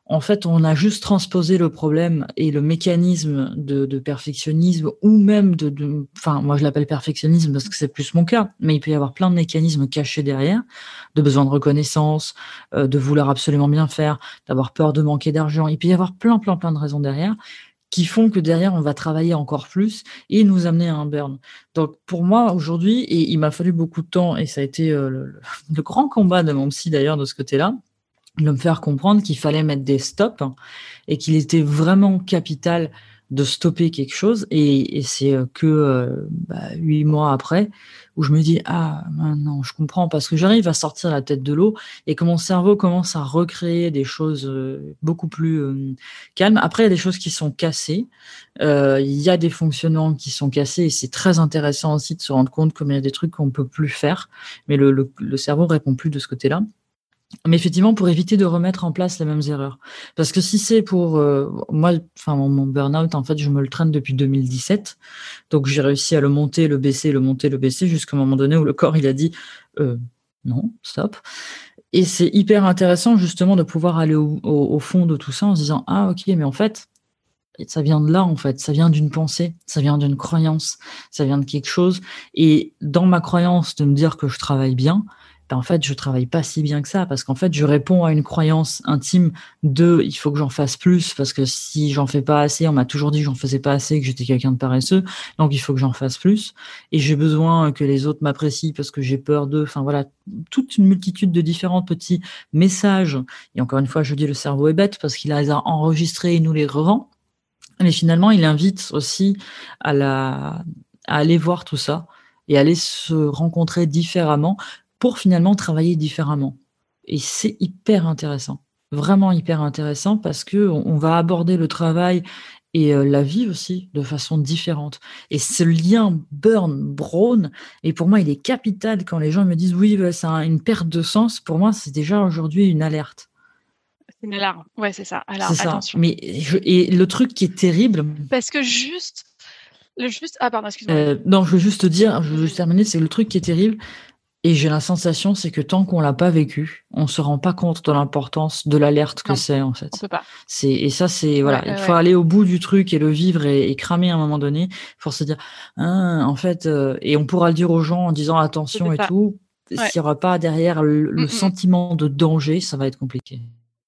en fait, on a juste transposé le problème et le mécanisme de, de perfectionnisme ou même de, de, enfin, moi je l'appelle perfectionnisme parce que c'est plus mon cas, mais il peut y avoir plein de mécanismes cachés derrière, de besoin de reconnaissance, euh, de vouloir absolument bien faire, d'avoir peur de manquer d'argent. Il peut y avoir plein, plein, plein de raisons derrière qui font que derrière, on va travailler encore plus et nous amener à un burn. Donc, pour moi, aujourd'hui, et il m'a fallu beaucoup de temps, et ça a été euh, le, le grand combat de mon psy d'ailleurs de ce côté-là, de me faire comprendre qu'il fallait mettre des stops et qu'il était vraiment capital de stopper quelque chose. Et, et c'est que euh, bah, huit mois après où je me dis ah non, je comprends parce que j'arrive à sortir la tête de l'eau et que mon cerveau commence à recréer des choses euh, beaucoup plus euh, calmes. Après, il y a des choses qui sont cassées. Euh, il y a des fonctionnements qui sont cassés et c'est très intéressant aussi de se rendre compte qu'il y a des trucs qu'on peut plus faire. Mais le, le, le cerveau répond plus de ce côté-là. Mais effectivement, pour éviter de remettre en place les mêmes erreurs. Parce que si c'est pour euh, moi, enfin mon, mon burn-out, en fait, je me le traîne depuis deux mille dix-sept. Donc j'ai réussi à le monter, le baisser, le monter, le baisser, jusqu'à un moment donné où le corps il a dit euh, non, stop. Et c'est hyper intéressant justement de pouvoir aller au, au, au fond de tout ça en se disant ah ok, mais en fait ça vient de là en fait, ça vient d'une pensée, ça vient d'une croyance, ça vient de quelque chose. Et dans ma croyance de me dire que je travaille bien. Ben en fait, je travaille pas si bien que ça parce qu'en fait, je réponds à une croyance intime de il faut que j'en fasse plus parce que si j'en fais pas assez, on m'a toujours dit que j'en faisais pas assez, que j'étais quelqu'un de paresseux, donc il faut que j'en fasse plus et j'ai besoin que les autres m'apprécient parce que j'ai peur d'eux. Enfin voilà, toute une multitude de différents petits messages. Et encore une fois, je dis le cerveau est bête parce qu'il les a enregistrés et nous les revend. Mais finalement, il invite aussi à la à aller voir tout ça et aller se rencontrer différemment pour finalement travailler différemment. Et c'est hyper intéressant, vraiment hyper intéressant parce que on, on va aborder le travail et euh, la vie aussi de façon différente. Et ce lien burn-brawn, et pour moi, il est capital quand les gens me disent oui, bah, c'est un, une perte de sens. Pour moi, c'est déjà aujourd'hui une alerte. C'est une alarme, ouais, c'est ça. Alors, c'est ça. attention. Mais je, et le truc qui est terrible. Parce que juste, le juste, ah pardon, excuse-moi. Euh, non, je veux juste te dire, je veux juste terminer, c'est le truc qui est terrible. Et j'ai la sensation, c'est que tant qu'on l'a pas vécu, on se rend pas compte de l'importance de l'alerte que Non, c'est en fait. On peut pas. C'est et ça c'est voilà, Ouais, il ouais, faut ouais. aller au bout du truc et le vivre et, et cramer à un moment donné pour se dire ah, en fait euh, et on pourra le dire aux gens en disant attention C'est et ça. tout. Ouais. S'il y aura pas derrière le, le Mm-mm. sentiment de danger, ça va être compliqué.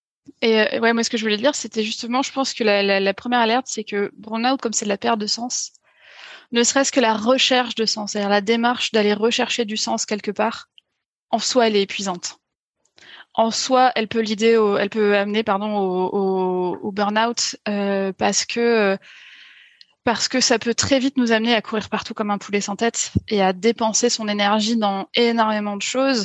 Et euh, ouais, moi ce que je voulais dire, c'était justement, je pense que la, la, la première alerte, c'est que burn-out, comme c'est de la perte de sens, ne serait-ce que la recherche de sens, c'est-à-dire la démarche d'aller rechercher du sens quelque part, en soi, elle est épuisante. En soi, elle peut l'idée, au, elle peut amener, pardon, au, au, au burn-out euh, parce que euh, parce que ça peut très vite nous amener à courir partout comme un poulet sans tête et à dépenser son énergie dans énormément de choses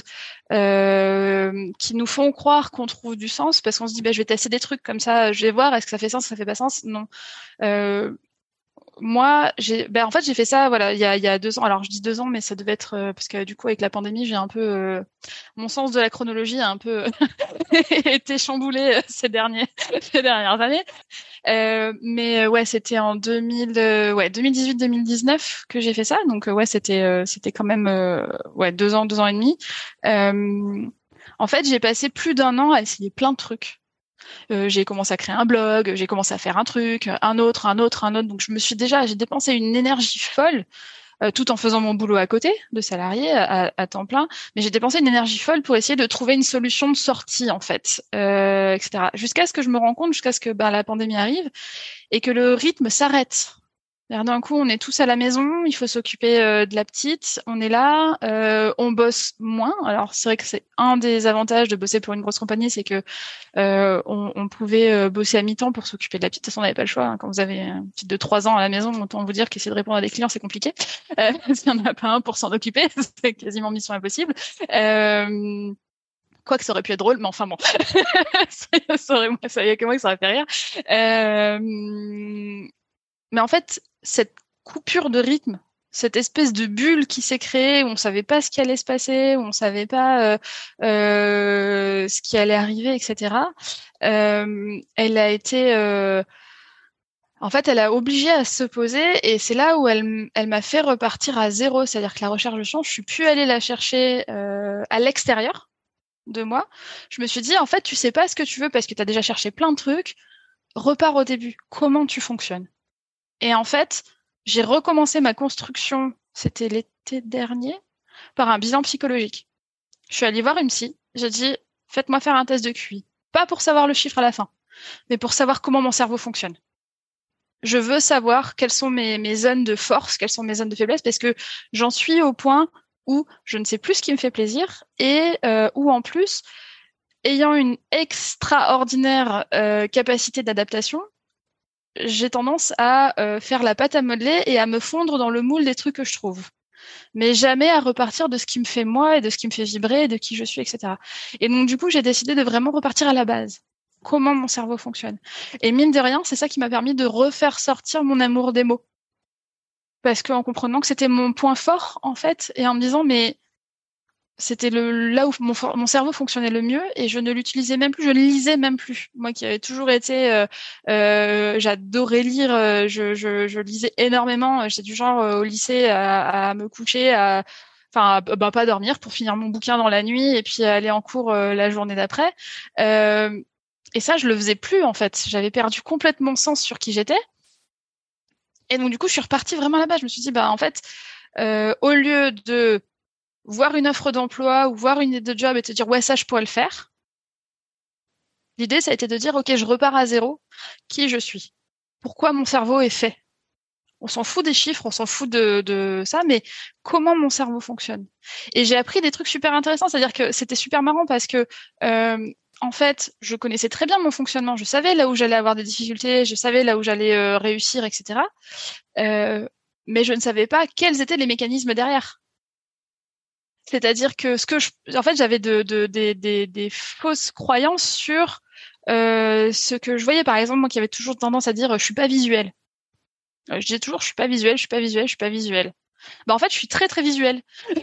euh, qui nous font croire qu'on trouve du sens parce qu'on se dit bah, je vais tester des trucs comme ça, je vais voir est-ce que ça fait sens, ça fait pas sens. Non. Euh, moi, j'ai, ben en fait, j'ai fait ça, voilà, il y a, il y a deux ans. Alors, je dis deux ans, mais ça devait être euh, parce que du coup, avec la pandémie, j'ai un peu, euh, mon sens de la chronologie a un peu été chamboulé euh, ces derniers, ces dernières années. Euh, mais ouais, c'était en deux mille, euh, ouais, deux mille dix-huit deux mille dix-neuf que j'ai fait ça. Donc euh, ouais, c'était, euh, c'était quand même, euh, ouais, deux ans, deux ans et demi. Euh, en fait, j'ai passé plus d'un an à essayer plein de trucs. Euh, j'ai commencé à créer un blog, j'ai commencé à faire un truc, un autre, un autre, un autre. Donc je me suis déjà, j'ai dépensé une énergie folle, euh, tout en faisant mon boulot à côté, de salarié à, à temps plein. Mais j'ai dépensé une énergie folle pour essayer de trouver une solution de sortie en fait, euh, et cetera. Jusqu'à ce que je me rende compte, jusqu'à ce que bah, la pandémie arrive et que le rythme s'arrête. D'un coup, on est tous à la maison, il faut s'occuper euh, de la petite, on est là, euh, on bosse moins. Alors c'est vrai que c'est un des avantages de bosser pour une grosse compagnie, c'est que euh, on, on pouvait euh, bosser à mi-temps pour s'occuper de la petite. De toute façon, on n'avait pas le choix. Hein. Quand vous avez une petite de trois ans à la maison, autant vous dire qu'essayer de répondre à des clients, c'est compliqué. Euh, s'il n'y en a pas un pour s'en occuper, c'est quasiment mission impossible. Euh, Quoi que ça aurait pu être drôle, mais enfin bon, ça aurait, ça y a que moi que ça aurait fait rire. Euh, mais en fait, cette coupure de rythme, cette espèce de bulle qui s'est créée où on savait pas ce qui allait se passer, où on savait pas euh, euh, ce qui allait arriver, et cetera. Euh, elle a été, euh, en fait, elle a obligé à se poser et c'est là où elle, elle m'a fait repartir à zéro, c'est-à-dire que la recherche de chance, je suis plus allée la chercher euh, à l'extérieur. de moi, je me suis dit, en fait, tu sais pas ce que tu veux parce que tu as déjà cherché plein de trucs. Repars au début. Comment tu fonctionnes? Et en fait, j'ai recommencé ma construction, c'était l'été dernier, par un bilan psychologique. Je suis allée voir une psy. J'ai dit, faites-moi faire un test de Q I. Pas pour savoir le chiffre à la fin, mais pour savoir comment mon cerveau fonctionne. Je veux savoir quelles sont mes, mes zones de force, quelles sont mes zones de faiblesse, parce que j'en suis au point où je ne sais plus ce qui me fait plaisir et euh, où en plus, ayant une extraordinaire euh, capacité d'adaptation, j'ai tendance à euh, faire la pâte à modeler et à me fondre dans le moule des trucs que je trouve. Mais jamais à repartir de ce qui me fait moi et de ce qui me fait vibrer, et de qui je suis, et cetera. Et donc, du coup, j'ai décidé de vraiment repartir à la base. Comment mon cerveau fonctionne. Et mine de rien, c'est ça qui m'a permis de refaire sortir mon amour des mots. Parce qu'en comprenant que c'était mon point fort, en fait, et en me disant, mais c'était le là où mon, mon cerveau fonctionnait le mieux et je ne l'utilisais même plus, je ne lisais même plus. Moi qui avais toujours été, euh, euh, j'adorais lire, euh, je, je, je lisais énormément. J'étais du genre euh, au lycée à, à me coucher, à, enfin, bah, pas dormir pour finir mon bouquin dans la nuit et puis aller en cours euh, la journée d'après. Euh, et ça, je le faisais plus en fait. J'avais perdu complètement sens sur qui j'étais. Et donc du coup, je suis repartie vraiment là-bas. Je me suis dit, bah en fait, euh, au lieu de voir une offre d'emploi ou voir une idée de job et te dire ouais ça je pourrais le faire. L'idée ça a été de dire ok je repars à zéro, qui je suis, pourquoi mon cerveau est fait. On s'en fout des chiffres, on s'en fout de, de ça, mais comment mon cerveau fonctionne. Et j'ai appris des trucs super intéressants, c'est-à-dire que c'était super marrant parce que euh, en fait je connaissais très bien mon fonctionnement, je savais là où j'allais avoir des difficultés, je savais là où j'allais euh, réussir, et cetera. Euh, mais je ne savais pas quels étaient les mécanismes derrière. C'est-à-dire que ce que je, en fait, j'avais de, de, de, des, des fausses croyances sur euh, ce que je voyais. Par exemple, moi qui avais toujours tendance à dire je suis pas visuel. Je disais toujours je suis pas visuel, je suis pas visuel, je suis pas visuel. Bah en fait, je suis très très visuel.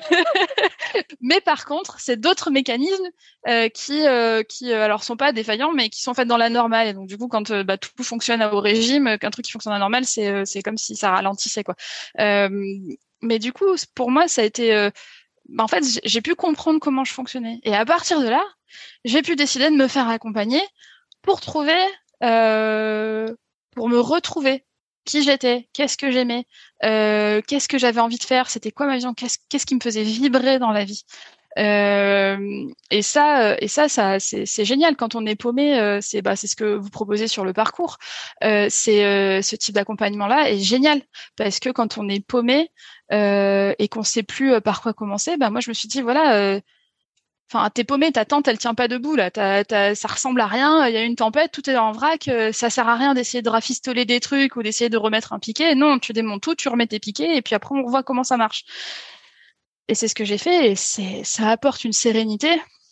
Mais par contre, c'est d'autres mécanismes euh, qui euh, qui euh, alors sont pas défaillants, mais qui sont faits dans la normale. Et donc du coup, quand euh, bah, tout fonctionne au régime, qu'un truc qui fonctionne à la normale, c'est euh, c'est comme si ça ralentissait quoi. Euh, mais du coup, pour moi, ça a été euh, bah, en fait, j'ai pu comprendre comment je fonctionnais. Et à partir de là, j'ai pu décider de me faire accompagner pour trouver, euh, pour me retrouver qui j'étais, qu'est-ce que j'aimais, euh, qu'est-ce que j'avais envie de faire, c'était quoi ma vision, qu'est-ce, qu'est-ce qui me faisait vibrer dans la vie. Euh, et ça, et ça, ça, c'est, c'est génial quand on est paumé. Euh, c'est, bah, c'est ce que vous proposez sur le parcours. Euh, c'est euh, ce type d'accompagnement-là est génial parce que quand on est paumé euh, et qu'on sait plus par quoi commencer, bah moi je me suis dit voilà. Euh, Enfin, t'es paumé, ta tente, elle tient pas debout là. T'as, t'as, ça ressemble à rien. Il y a une tempête, tout est en vrac. Euh, ça sert à rien d'essayer de rafistoler des trucs ou d'essayer de remettre un piquet. Non, tu démontes tout, tu remets tes piquets et puis après on voit comment ça marche. Et c'est ce que j'ai fait. Et c'est, ça apporte une sérénité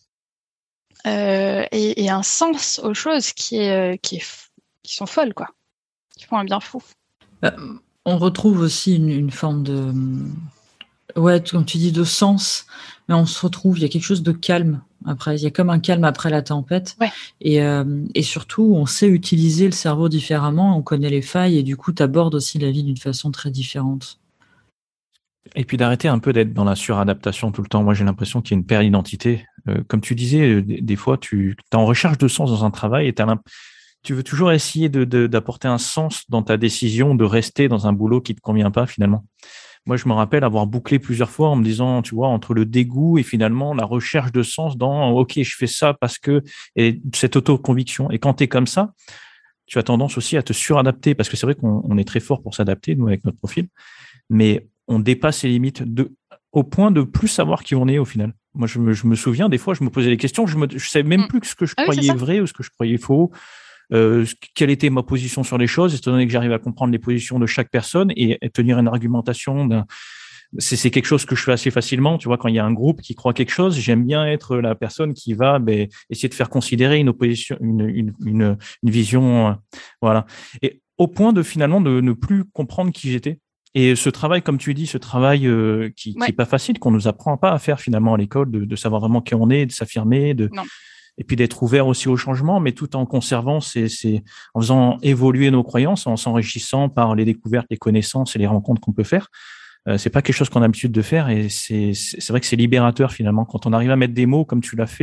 euh, et, et un sens aux choses qui est, qui est, qui sont folles quoi, qui font un bien fou. Euh, on retrouve aussi une, une forme de ouais, comme tu dis, de sens, mais on se retrouve, il y a quelque chose de calme après, il y a comme un calme après la tempête. Ouais. Et, euh, et surtout, on sait utiliser le cerveau différemment, on connaît les failles et du coup, tu abordes aussi la vie d'une façon très différente. Et puis d'arrêter un peu d'être dans la suradaptation tout le temps. Moi, j'ai l'impression qu'il y a une perte d'identité. Euh, comme tu disais, des, des fois, tu es en recherche de sens dans un travail et t'as tu veux toujours essayer de, de, d'apporter un sens dans ta décision de rester dans un boulot qui ne te convient pas finalement. Moi, je me rappelle avoir bouclé plusieurs fois en me disant, tu vois, entre le dégoût et finalement la recherche de sens dans, OK, je fais ça parce que, et cette auto-conviction. Et quand tu es comme ça, tu as tendance aussi à te suradapter parce que c'est vrai qu'on on est très fort pour s'adapter, nous, avec notre profil, mais on dépasse les limites de, au point de plus savoir qui on est au final. Moi, je me, je me souviens, des fois, je me posais des questions, je ne savais même plus ce que je ah croyais oui, vrai ou ce que je croyais faux. Euh, quelle était ma position sur les choses, étant donné que j'arrive à comprendre les positions de chaque personne et, et tenir une argumentation d'un, c'est, c'est quelque chose que je fais assez facilement. Tu vois, quand il y a un groupe qui croit quelque chose, j'aime bien être la personne qui va ben, essayer de faire considérer une opposition, une, une, une, une vision, euh, voilà. Et au point de finalement de ne plus comprendre qui j'étais. Et ce travail, comme tu dis, ce travail euh, qui, ouais. qui est pas facile, qu'on nous apprend pas à faire finalement à l'école, de, de savoir vraiment qui on est, de s'affirmer, de non. Et puis d'être ouvert aussi au changement, mais tout en conservant, c'est, c'est en faisant évoluer nos croyances, en s'enrichissant par les découvertes, les connaissances et les rencontres qu'on peut faire. Euh, c'est pas quelque chose qu'on a l'habitude de faire et c'est, c'est vrai que c'est libérateur finalement quand on arrive à mettre des mots comme tu l'as fait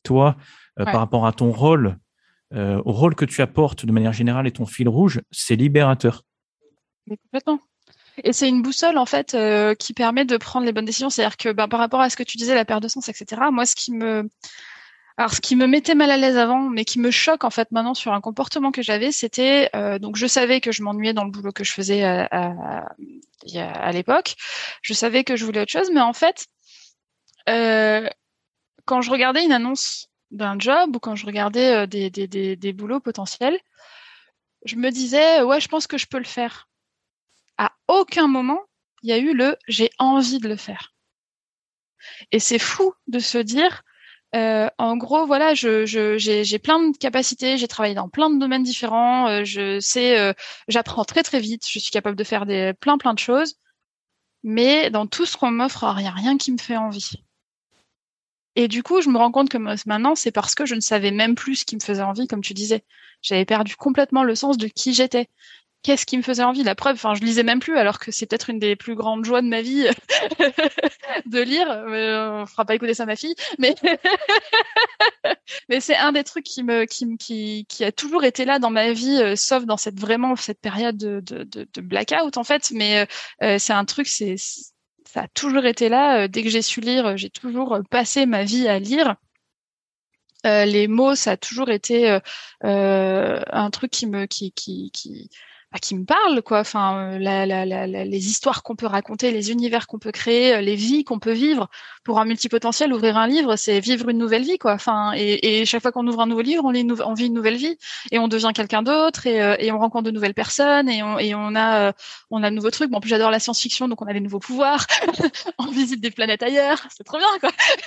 toi, euh, Ouais. par rapport à ton rôle, euh, au rôle que tu apportes de manière générale et ton fil rouge, c'est libérateur. Mais complètement. Et c'est une boussole en fait euh, qui permet de prendre les bonnes décisions. C'est-à-dire que ben, par rapport à ce que tu disais, la perte de sens, et cetera. Moi, ce qui me, alors ce qui me mettait mal à l'aise avant, mais qui me choque en fait maintenant sur un comportement que j'avais, c'était euh, donc je savais que je m'ennuyais dans le boulot que je faisais à, à, à, à l'époque. Je savais que je voulais autre chose, mais en fait, euh, quand je regardais une annonce d'un job ou quand je regardais euh, des, des, des, des boulots potentiels, je me disais ouais, je pense que je peux le faire. À aucun moment, il y a eu le « j'ai envie de le faire ». Et c'est fou de se dire, euh, en gros, voilà, je, je, j'ai, j'ai plein de capacités, j'ai travaillé dans plein de domaines différents, euh, je sais, euh, j'apprends très très vite, je suis capable de faire des, plein plein de choses, mais dans tout ce qu'on m'offre, il n'y a rien qui me fait envie. Et du coup, je me rends compte que maintenant, c'est parce que je ne savais même plus ce qui me faisait envie, comme tu disais. J'avais perdu complètement le sens de qui j'étais. Qu'est-ce qui me faisait envie? La preuve, enfin, je lisais même plus, alors que c'est peut-être une des plus grandes joies de ma vie de lire. Mais on fera pas écouter ça à ma fille, mais mais c'est un des trucs qui me qui qui qui a toujours été là dans ma vie, euh, sauf dans cette vraiment cette période de de de, de blackout en fait. Mais euh, c'est un truc, c'est ça a toujours été là. Dès que j'ai su lire, j'ai toujours passé ma vie à lire. Euh, les mots, ça a toujours été euh, euh, un truc qui me qui qui qui bah, qui me parle quoi. Enfin, la, la, la, la, les histoires qu'on peut raconter, les univers qu'on peut créer, les vies qu'on peut vivre. Pour un multipotentiel, ouvrir un livre, c'est vivre une nouvelle vie quoi. Enfin, et, et chaque fois qu'on ouvre un nouveau livre, on, lit, on vit une nouvelle vie et on devient quelqu'un d'autre et, euh, et on rencontre de nouvelles personnes et on et on a euh, on a de nouveaux trucs. Bon, en plus j'adore la science-fiction, donc on a des nouveaux pouvoirs. On visite des planètes ailleurs, c'est trop bien quoi.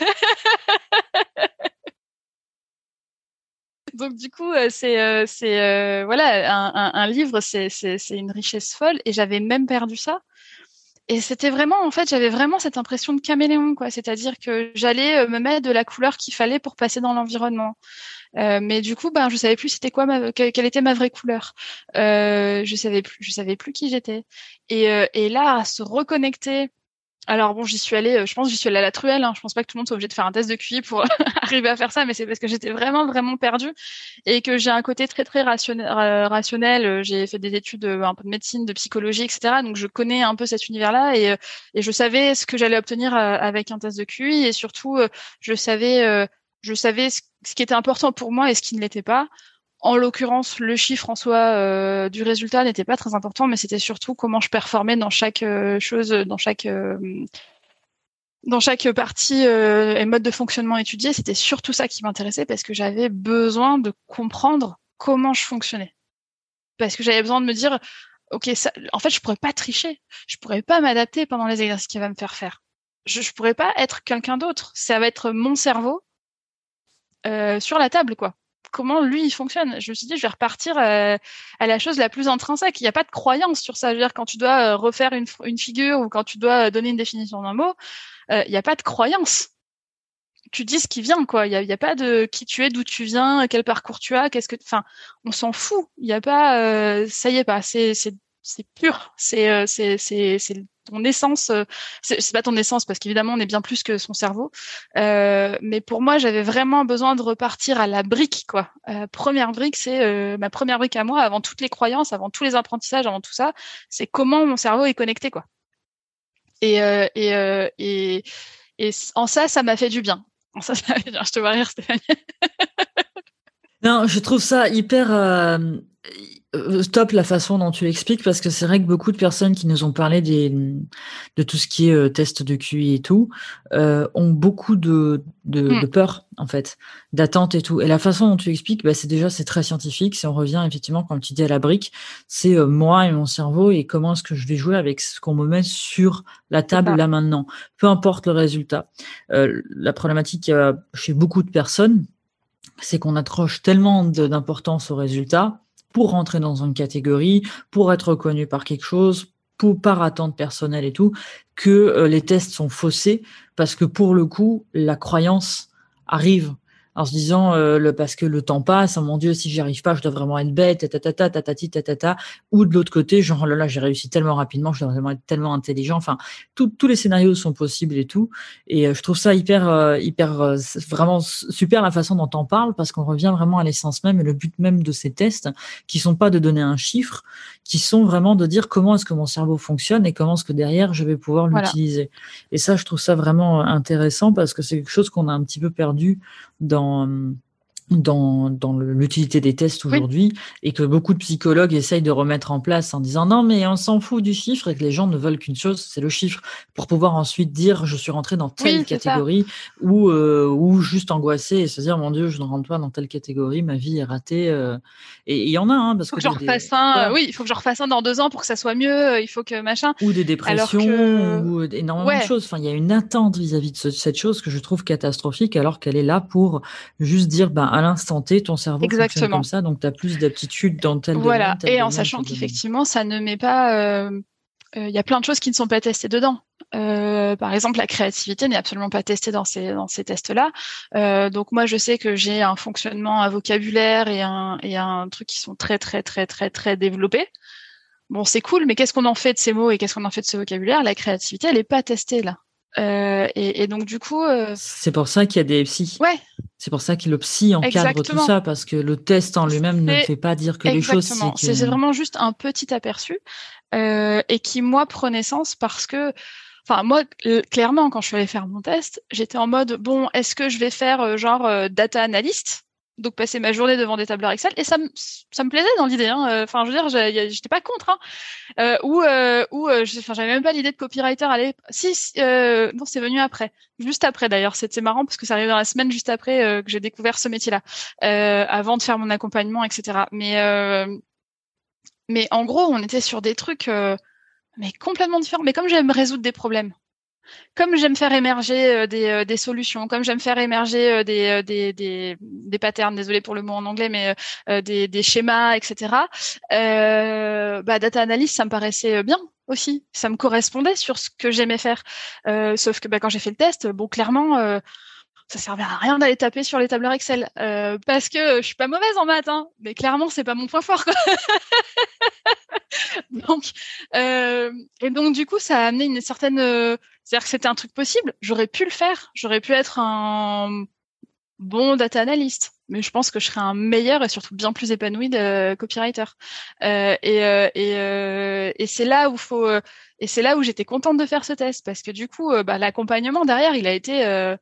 Donc du coup, euh, c'est euh, c'est euh, voilà un, un, un livre, c'est c'est c'est une richesse folle et j'avais même perdu ça. Et c'était vraiment en fait, j'avais vraiment cette impression de caméléon quoi, c'est-à-dire que j'allais me mettre de la couleur qu'il fallait pour passer dans l'environnement. Euh, mais du coup, ben je savais plus c'était quoi ma quelle était ma vraie couleur. Euh, je savais plus, je savais plus qui j'étais. Et euh, et là, à se reconnecter. Alors bon, j'y suis allée, je pense que j'y suis allée à la truelle, hein. Je pense pas que tout le monde soit obligé de faire un test de Q I pour arriver à faire ça, mais c'est parce que j'étais vraiment, vraiment perdue et que j'ai un côté très, très rationnel. rationnel. J'ai fait des études un peu de médecine, de psychologie, et cetera. Donc je connais un peu cet univers-là et, et je savais ce que j'allais obtenir avec un test de Q I et surtout, je savais, je savais ce qui était important pour moi et ce qui ne l'était pas. En l'occurrence, le chiffre en soi euh, du résultat n'était pas très important, mais c'était surtout comment je performais dans chaque euh, chose, dans chaque euh, dans chaque partie euh, et mode de fonctionnement étudié. C'était surtout ça qui m'intéressait parce que j'avais besoin de comprendre comment je fonctionnais. Parce que j'avais besoin de me dire, ok, ça, en fait, je pourrais pas tricher, je pourrais pas m'adapter pendant les exercices qu'il va me faire faire. Je, je pourrais pas être quelqu'un d'autre. Ça va être mon cerveau euh, sur la table, quoi. Comment lui il fonctionne. Je me suis dit, je vais repartir euh, à la chose la plus intrinsèque. Il n'y a pas de croyance sur ça. Je veux dire, quand tu dois euh, refaire une, une figure ou quand tu dois donner une définition d'un mot, euh, il n'y a pas de croyance. Tu dis ce qui vient, quoi. Il n'y a, y a pas de qui tu es, d'où tu viens, quel parcours tu as, qu'est-ce que, enfin, on s'en fout. Il n'y a pas, euh, ça y est pas. C'est, c'est, c'est pur. C'est, euh, c'est, c'est, c'est ton essence. Euh, c'est, c'est pas ton essence parce qu'évidemment on est bien plus que son cerveau. Euh, mais pour moi, j'avais vraiment besoin de repartir à la brique, quoi. Euh, première brique, c'est euh, ma première brique à moi, avant toutes les croyances, avant tous les apprentissages, avant tout ça, c'est comment mon cerveau est connecté, quoi. Et euh, et, euh, et et en ça, ça m'a fait du bien. En ça, ça m'a fait du bien. Je te vois rire, Stéphanie. Non, je trouve ça hyper euh, top la façon dont tu l'expliques parce que c'est vrai que beaucoup de personnes qui nous ont parlé des, de tout ce qui est euh, test de Q I et tout euh, ont beaucoup de, de, Mm. de peur en fait, d'attente et tout. Et la façon dont tu expliques, bah, c'est déjà c'est très scientifique. Si on revient effectivement quand tu dis à la brique, c'est euh, moi et mon cerveau et comment est-ce que je vais jouer avec ce qu'on me met sur la table là maintenant. Peu importe le résultat. Euh, la problématique euh, chez beaucoup de personnes, c'est qu'on accroche tellement de, d'importance au résultat pour rentrer dans une catégorie, pour être reconnu par quelque chose, pour, par attente personnelle et tout, que euh, les tests sont faussés parce que pour le coup, la croyance arrive en se disant euh, le, parce que le temps passe, oh mon Dieu, si j'y arrive pas, je dois vraiment être bête, tatata, tatati, tatata. Ou de l'autre côté, genre, oh là là, j'ai réussi tellement rapidement, je dois vraiment être tellement intelligent. Enfin, tout, tous les scénarios sont possibles et tout. Et euh, je trouve ça hyper, euh, hyper, euh, vraiment super la façon dont on parle, parce qu'on revient vraiment à l'essence même et le but même de ces tests, qui sont pas de donner un chiffre, qui sont vraiment de dire comment est-ce que mon cerveau fonctionne et comment est-ce que derrière je vais pouvoir Voilà. l'utiliser. Et ça, je trouve ça vraiment intéressant parce que c'est quelque chose qu'on a un petit peu perdu dans dans, dans le, l'utilité des tests aujourd'hui, oui. Et que beaucoup de psychologues essayent de remettre en place en disant non mais on s'en fout du chiffre et que les gens ne veulent qu'une chose, c'est le chiffre, pour pouvoir ensuite dire je suis rentré dans telle oui, catégorie ou, euh, ou juste angoissé et se dire mon Dieu je ne rentre pas dans telle catégorie, ma vie est ratée. Euh, et il y en a hein, parce faut que, que que des, je refasse un, voilà. oui, il faut que je refasse un dans deux ans pour que ça soit mieux, il faut que machin. Ou des dépressions, que... ou énormément ouais. de choses. Enfin, il y a une attente vis-à-vis de ce, cette chose que je trouve catastrophique alors qu'elle est là pour juste dire ben, à l'instant T, ton cerveau Exactement. fonctionne comme ça, donc tu as plus d'aptitude dans tel voilà. domaine. Tel et domaine, en sachant qu'effectivement, ça ne met pas. Il euh, euh, y a plein de choses qui ne sont pas testées dedans. Euh, par exemple, la créativité n'est absolument pas testée dans ces dans ces tests-là. Euh, donc moi, je sais que j'ai un fonctionnement, un vocabulaire et un et un truc qui sont très très très très très développés. Bon, c'est cool, mais qu'est-ce qu'on en fait de ces mots et qu'est-ce qu'on en fait de ce vocabulaire? La créativité, elle est pas testée là. Euh, et, et donc du coup, euh... c'est pour ça qu'il y a des psys. Ouais. C'est pour ça que le psy encadre Exactement. tout ça, parce que le test en lui-même c'est... ne fait pas dire que Exactement. les choses. C'est, que... c'est vraiment juste un petit aperçu euh, et qui moi prenait sens parce que, enfin moi euh, clairement quand je suis allée faire mon test, j'étais en mode bon, est-ce que je vais faire euh, genre euh, data analyst? Donc passer ma journée devant des tableurs Excel et ça me ça me plaisait dans l'idée hein. Enfin je veux dire j'étais pas contre hein. Euh, ou euh, ou euh, enfin j'avais même pas l'idée de copywriter allez si, si euh, non c'est venu après juste après d'ailleurs c'était marrant parce que ça arrive dans la semaine juste après euh, que j'ai découvert ce métier là euh, avant de faire mon accompagnement etc mais euh, mais en gros on était sur des trucs euh, mais complètement différents mais comme j'aime résoudre des problèmes comme j'aime faire émerger euh, des, euh, des solutions, comme j'aime faire émerger euh, des, euh, des, des, des patterns, désolé pour le mot en anglais, mais euh, des, des schémas, et cetera. Euh, bah, data analyst, ça me paraissait bien aussi. Ça me correspondait sur ce que j'aimais faire. Euh, sauf que bah, quand j'ai fait le test, bon, clairement, euh, ça servait à rien d'aller taper sur les tableurs Excel euh, parce que je suis pas mauvaise en maths, hein, mais clairement, c'est pas mon point fort, quoi. donc, euh, et donc, du coup, ça a amené une certaine... Euh, c'est-à-dire que c'était un truc possible. J'aurais pu le faire. J'aurais pu être un bon data analyst. Mais je pense que je serais un meilleur et surtout bien plus épanoui de copywriter. Euh, et euh, et, euh, et c'est là où faut... Euh, et c'est là où j'étais contente de faire ce test. Parce que du coup, euh, bah, l'accompagnement derrière, il a été... Euh,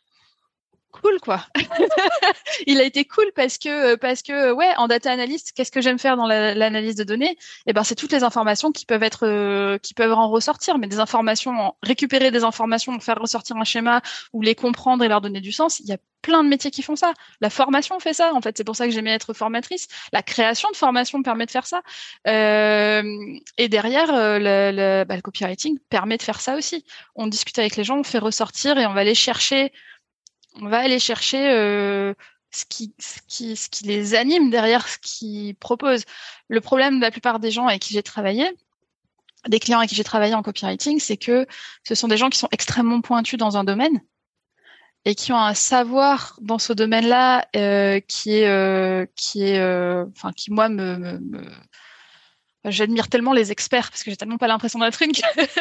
cool quoi. Il a été cool parce que parce que ouais en data analyst qu'est-ce que j'aime faire dans la, l'analyse de données et ben c'est toutes les informations qui peuvent être euh, qui peuvent en ressortir mais des informations récupérer des informations faire ressortir un schéma ou les comprendre et leur donner du sens il y a plein de métiers qui font ça la formation fait ça en fait c'est pour ça que j'aimais être formatrice la création de formation permet de faire ça euh, et derrière euh, le, le, bah, le copywriting permet de faire ça aussi on discute avec les gens on fait ressortir et on va aller chercher on va aller chercher euh, ce qui, ce qui, ce qui les anime derrière ce qu'ils proposent. Le problème de la plupart des gens avec qui j'ai travaillé, des clients avec qui j'ai travaillé en copywriting, c'est que ce sont des gens qui sont extrêmement pointus dans un domaine et qui ont un savoir dans ce domaine-là euh, qui est, euh, qui est, euh, enfin, qui moi me, me, me j'admire tellement les experts parce que j'ai tellement pas l'impression d'être une.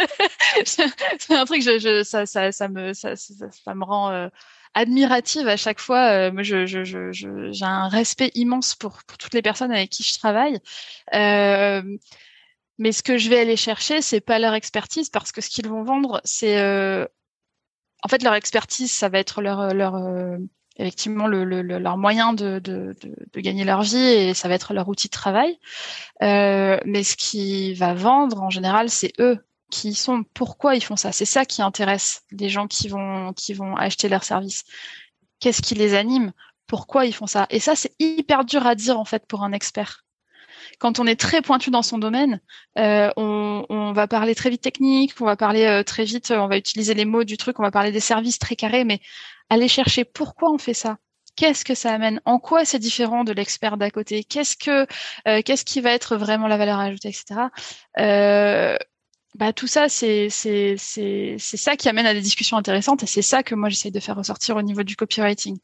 C'est un truc, je, je, ça, ça, ça me, ça, ça, ça me rend euh, admirative à chaque fois. Euh, moi, je, je, je, je, j'ai un respect immense pour, pour toutes les personnes avec qui je travaille. Euh, mais ce que je vais aller chercher, c'est pas leur expertise parce que ce qu'ils vont vendre, c'est, euh, en fait, leur expertise, ça va être leur, leur, euh, effectivement, le, le, le, leur moyen de, de, de, de gagner leur vie et ça va être leur outil de travail. Euh, mais ce qui va vendre, en général, c'est eux qui sont. Pourquoi ils font ça? C'est ça qui intéresse les gens qui vont qui vont acheter leurs services. Qu'est-ce qui les anime? Pourquoi ils font ça? Et ça, c'est hyper dur à dire en fait pour un expert. Quand on est très pointu dans son domaine, euh, on, on va parler très vite technique, on va parler euh, très vite, on va utiliser les mots du truc, on va parler des services très carrés, mais aller chercher pourquoi on fait ça. Qu'est-ce que ça amène? En quoi c'est différent de l'expert d'à côté? Qu'est-ce que, euh, qu'est-ce qui va être vraiment la valeur ajoutée, et cetera. Euh, bah tout ça, c'est c'est c'est c'est ça qui amène à des discussions intéressantes et c'est ça que moi j'essaye de faire ressortir au niveau du copywriting.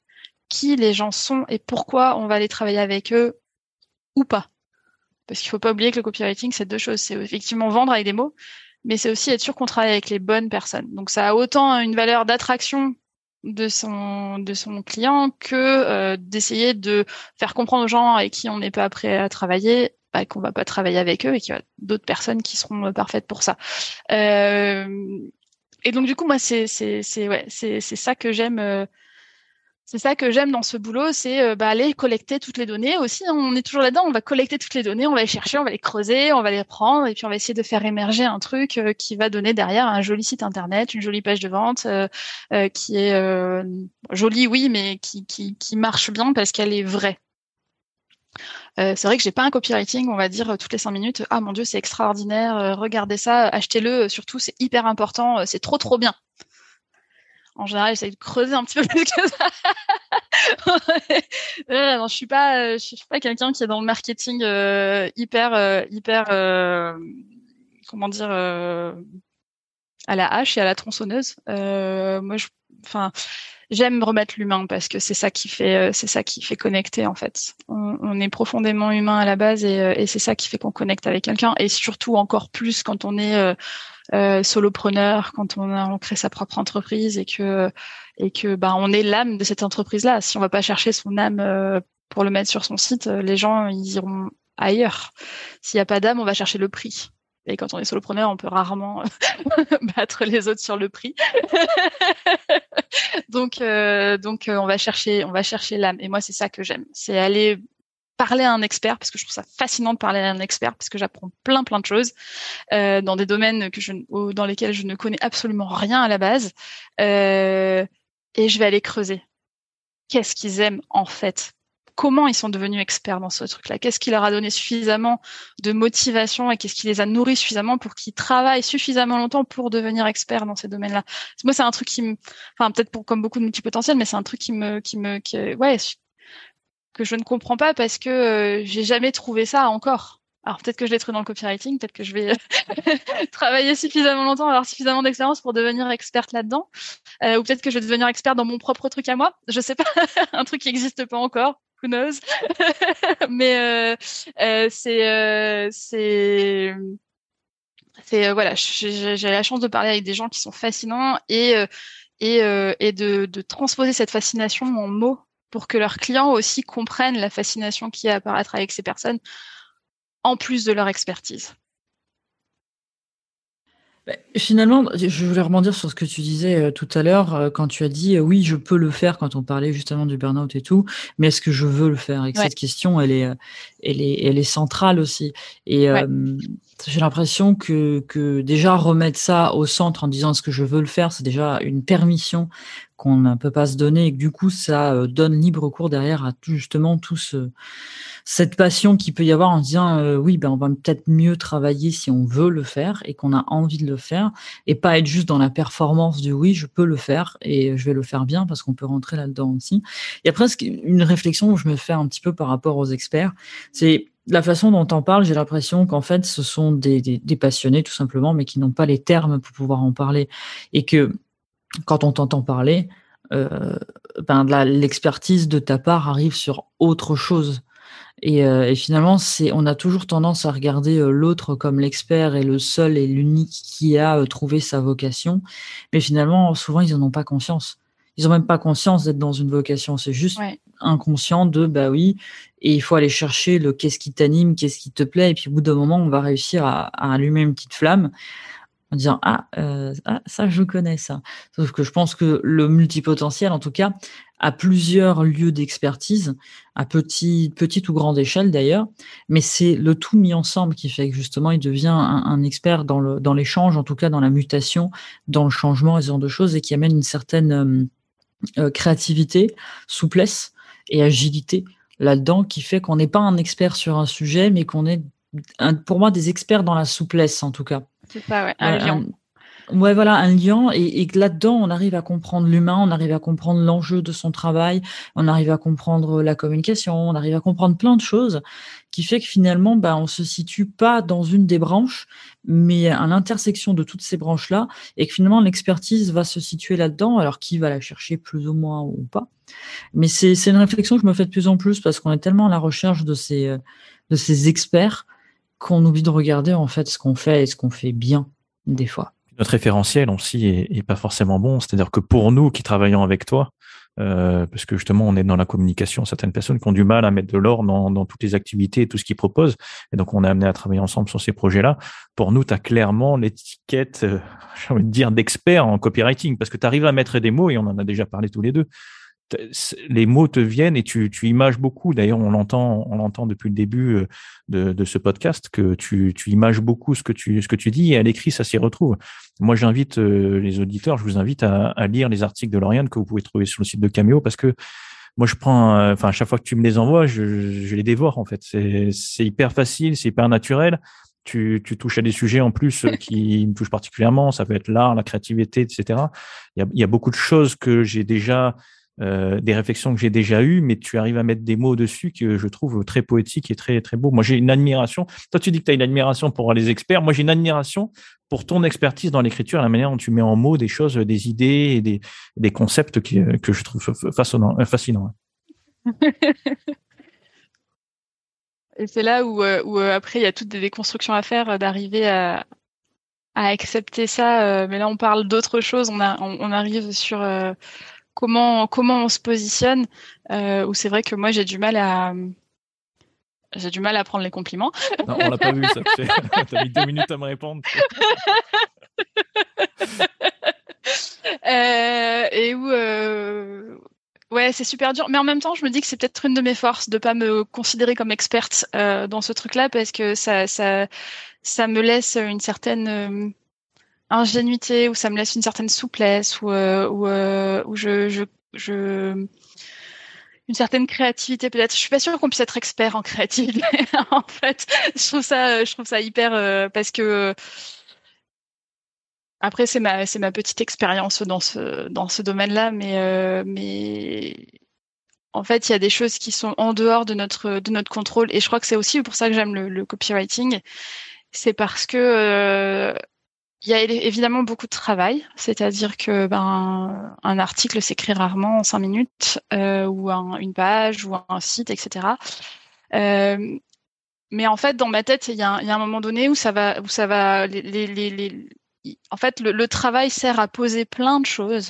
qui les gens sont et pourquoi on va aller travailler avec eux ou pas. Parce qu'il faut pas oublier que le copywriting, c'est deux choses. C'est effectivement vendre avec des mots, mais c'est aussi être sûr qu'on travaille avec les bonnes personnes. Donc ça a autant une valeur d'attraction de son de son client que euh, d'essayer de faire comprendre aux gens avec qui on n'est pas prêt à travailler, bah, qu'on va pas travailler avec eux et qu'il y a d'autres personnes qui seront parfaites pour ça. Euh, et donc du coup moi c'est c'est c'est ouais c'est c'est ça que j'aime. Euh, C'est ça que j'aime dans ce boulot, c'est euh, bah, aller collecter toutes les données aussi. Hein, on est toujours là-dedans, on va collecter toutes les données, on va les chercher, on va les creuser, on va les prendre et puis on va essayer de faire émerger un truc euh, qui va donner derrière un joli site internet, une jolie page de vente euh, euh, qui est euh, jolie, oui, mais qui, qui, qui marche bien parce qu'elle est vraie. Euh, c'est vrai que j'ai pas un copywriting, on va dire euh, toutes les cinq minutes. Ah mon Dieu, c'est extraordinaire, euh, regardez ça, achetez-le, surtout c'est hyper important, euh, c'est trop trop bien. En général, j'essaie de creuser un petit peu plus que ça. euh, non, je suis pas, euh, je suis pas quelqu'un qui est dans le marketing euh, hyper, euh, hyper, euh, comment dire, euh, à la hache et à la tronçonneuse. Euh, moi, je, enfin, j'aime remettre l'humain parce que c'est ça qui fait, euh, c'est ça qui fait connecter en fait. On, on est profondément humain à la base et, euh, et c'est ça qui fait qu'on connecte avec quelqu'un et surtout encore plus quand on est euh, Euh, solopreneur, quand on, a, on crée sa propre entreprise et que et que bah on est l'âme de cette entreprise-là. Si on va pas chercher son âme euh, pour le mettre sur son site, euh, les gens ils iront ailleurs. S'il y a pas d'âme, on va chercher le prix. Et quand on est solopreneur, on peut rarement battre les autres sur le prix. donc euh, donc euh, on va chercher on va chercher l'âme. Et moi c'est ça que j'aime, c'est aller parler à un expert parce que je trouve ça fascinant de parler à un expert parce que j'apprends plein plein de choses euh, dans des domaines que je dans lesquels je ne connais absolument rien à la base euh, et je vais aller creuser. Qu'est-ce qu'ils aiment en fait? Comment ils sont devenus experts dans ce truc-là? Qu'est-ce qui leur a donné suffisamment de motivation et qu'est-ce qui les a nourris suffisamment pour qu'ils travaillent suffisamment longtemps pour devenir experts dans ces domaines-là? Moi, c'est un truc qui me, enfin peut-être pour comme beaucoup de multipotentiels, mais c'est un truc qui me, qui me, qui, ouais. que je ne comprends pas parce que euh, j'ai jamais trouvé ça encore. Alors peut-être que je l'ai trouvé dans le copywriting, peut-être que je vais travailler suffisamment longtemps, avoir suffisamment d'expérience pour devenir experte là-dedans, euh, ou peut-être que je vais devenir experte dans mon propre truc à moi. Je sais pas, un truc qui n'existe pas encore. Who knows? Mais euh, euh, c'est euh, c'est c'est euh, voilà, j'ai, j'ai la chance de parler avec des gens qui sont fascinants et euh, et euh, et de, de transposer cette fascination en mots pour que leurs clients aussi comprennent la fascination qui est à apparaître avec ces personnes, en plus de leur expertise. Finalement, je voulais rebondir sur ce que tu disais tout à l'heure, quand tu as dit, oui, je peux le faire quand on parlait justement du burn-out et tout, mais est-ce que je veux le faire? Et que ouais. Cette question, elle est, elle est, elle est centrale aussi. Et ouais. euh, j'ai l'impression que, que déjà remettre ça au centre en disant est-ce que je veux le faire, c'est déjà une permission qu'on ne peut pas se donner et que du coup, ça donne libre cours derrière à tout, justement tout ce, cette passion qu'il peut y avoir en disant euh, oui, ben on va peut-être mieux travailler si on veut le faire et qu'on a envie de le faire et pas être juste dans la performance du oui, je peux le faire et je vais le faire bien parce qu'on peut rentrer là-dedans aussi. Il y a presque une réflexion que je me fais un petit peu par rapport aux experts, c'est la façon dont on parle, j'ai l'impression qu'en fait, ce sont des, des, des passionnés tout simplement, mais qui n'ont pas les termes pour pouvoir en parler et que quand on t'entend parler, euh, ben la, l'expertise de ta part arrive sur autre chose. Et, euh, et finalement, c'est, on a toujours tendance à regarder euh, l'autre comme l'expert et le seul et l'unique qui a euh, trouvé sa vocation. Mais finalement, souvent, ils n'en ont pas conscience. Ils n'ont même pas conscience d'être dans une vocation. C'est juste ouais. inconscient de, bah oui, et il faut aller chercher le qu'est-ce qui t'anime, qu'est-ce qui te plaît. Et puis, au bout d'un moment, on va réussir à, à allumer une petite flamme en disant ah, euh, ah ça je connais ça. Sauf que je pense que le multipotentiel en tout cas a plusieurs lieux d'expertise à petit, petite ou grande échelle d'ailleurs, mais c'est le tout mis ensemble qui fait que justement il devient un, un expert dans le dans l'échange, en tout cas dans la mutation, dans le changement et ce genre de choses et qui amène une certaine euh, euh, créativité, souplesse et agilité là-dedans qui fait qu'on n'est pas un expert sur un sujet mais qu'on est un, pour moi des experts dans la souplesse en tout cas. C'est ça, ouais, un lion. Ouais, voilà, un lien, et, et que là-dedans, on arrive à comprendre l'humain, on arrive à comprendre l'enjeu de son travail, on arrive à comprendre la communication, on arrive à comprendre plein de choses, qui fait que finalement, bah, on se situe pas dans une des branches, mais à l'intersection de toutes ces branches-là, et que finalement, l'expertise va se situer là-dedans, alors qui va la chercher plus ou moins ou pas. Mais c'est, c'est une réflexion que je me fais de plus en plus, parce qu'on est tellement à la recherche de ces, euh, de ces experts qu'on oublie de regarder, en fait, ce qu'on fait et ce qu'on fait bien, des fois. Notre référentiel aussi est, est pas forcément bon. C'est-à-dire que pour nous qui travaillons avec toi, euh, parce que justement on est dans la communication, certaines personnes qui ont du mal à mettre de l'or dans, dans toutes les activités et tout ce qu'ils proposent, et donc on est amené à travailler ensemble sur ces projets-là. Pour nous, tu as clairement l'étiquette, euh, j'ai envie de dire, d'expert en copywriting, parce que tu arrives à mettre des mots, et on en a déjà parlé tous les deux. Les mots te viennent et tu, tu images beaucoup. D'ailleurs, on l'entend, on l'entend depuis le début de, de ce podcast que tu, tu images beaucoup ce que tu, ce que tu dis, et à l'écrit, ça s'y retrouve. Moi, j'invite les auditeurs, je vous invite à, à lire les articles de Lauriane que vous pouvez trouver sur le site de Cameo, parce que moi, je prends, enfin, à chaque fois que tu me les envoies, je, je les dévore, en fait. C'est, c'est hyper facile, c'est hyper naturel. Tu, tu touches à des sujets en plus qui me touchent particulièrement. Ça peut être l'art, la créativité, et cetera. Il y a, il y a beaucoup de choses que j'ai déjà Euh, des réflexions que j'ai déjà eues, mais tu arrives à mettre des mots dessus que je trouve très poétiques et très, très beaux. Moi, j'ai une admiration. Toi, tu dis que tu as une admiration pour les experts. Moi, j'ai une admiration pour ton expertise dans l'écriture, la manière dont tu mets en mots des choses, des idées et des, des concepts qui, que je trouve fascinants. fascinants. Et c'est là où, où après, il y a toutes des déconstructions à faire, d'arriver à, à accepter ça. Mais là, on parle d'autre chose. On, a, on, on arrive sur... Euh, Comment comment on se positionne, euh, où c'est vrai que moi j'ai du mal à j'ai du mal à prendre les compliments. Non, on l'a pas vu ça. T'as mis deux minutes à me répondre. euh, et où euh, ouais c'est super dur, mais en même temps je me dis que c'est peut-être une de mes forces de pas me considérer comme experte euh, dans ce truc-là, parce que ça ça ça me laisse une certaine euh, ingénuité, ou ça me laisse une certaine souplesse, ou euh, où, euh, où je, je, je, une certaine créativité peut-être. Je suis pas sûre qu'on puisse être expert en créativité. En fait, je trouve ça, je trouve ça hyper euh, parce que après c'est ma, c'est ma petite expérience dans ce, dans ce domaine-là, mais, euh, mais en fait il y a des choses qui sont en dehors de notre, de notre contrôle, et je crois que c'est aussi pour ça que j'aime le, le copywriting. C'est parce que euh, il y a évidemment beaucoup de travail, c'est-à-dire que ben un article s'écrit rarement en cinq minutes, euh, ou un, une page ou un site, et cetera. Euh, mais en fait, dans ma tête, il y a un, il y a un moment donné où ça va, où ça va, les, les, les, les... en fait, le, le travail sert à poser plein de choses.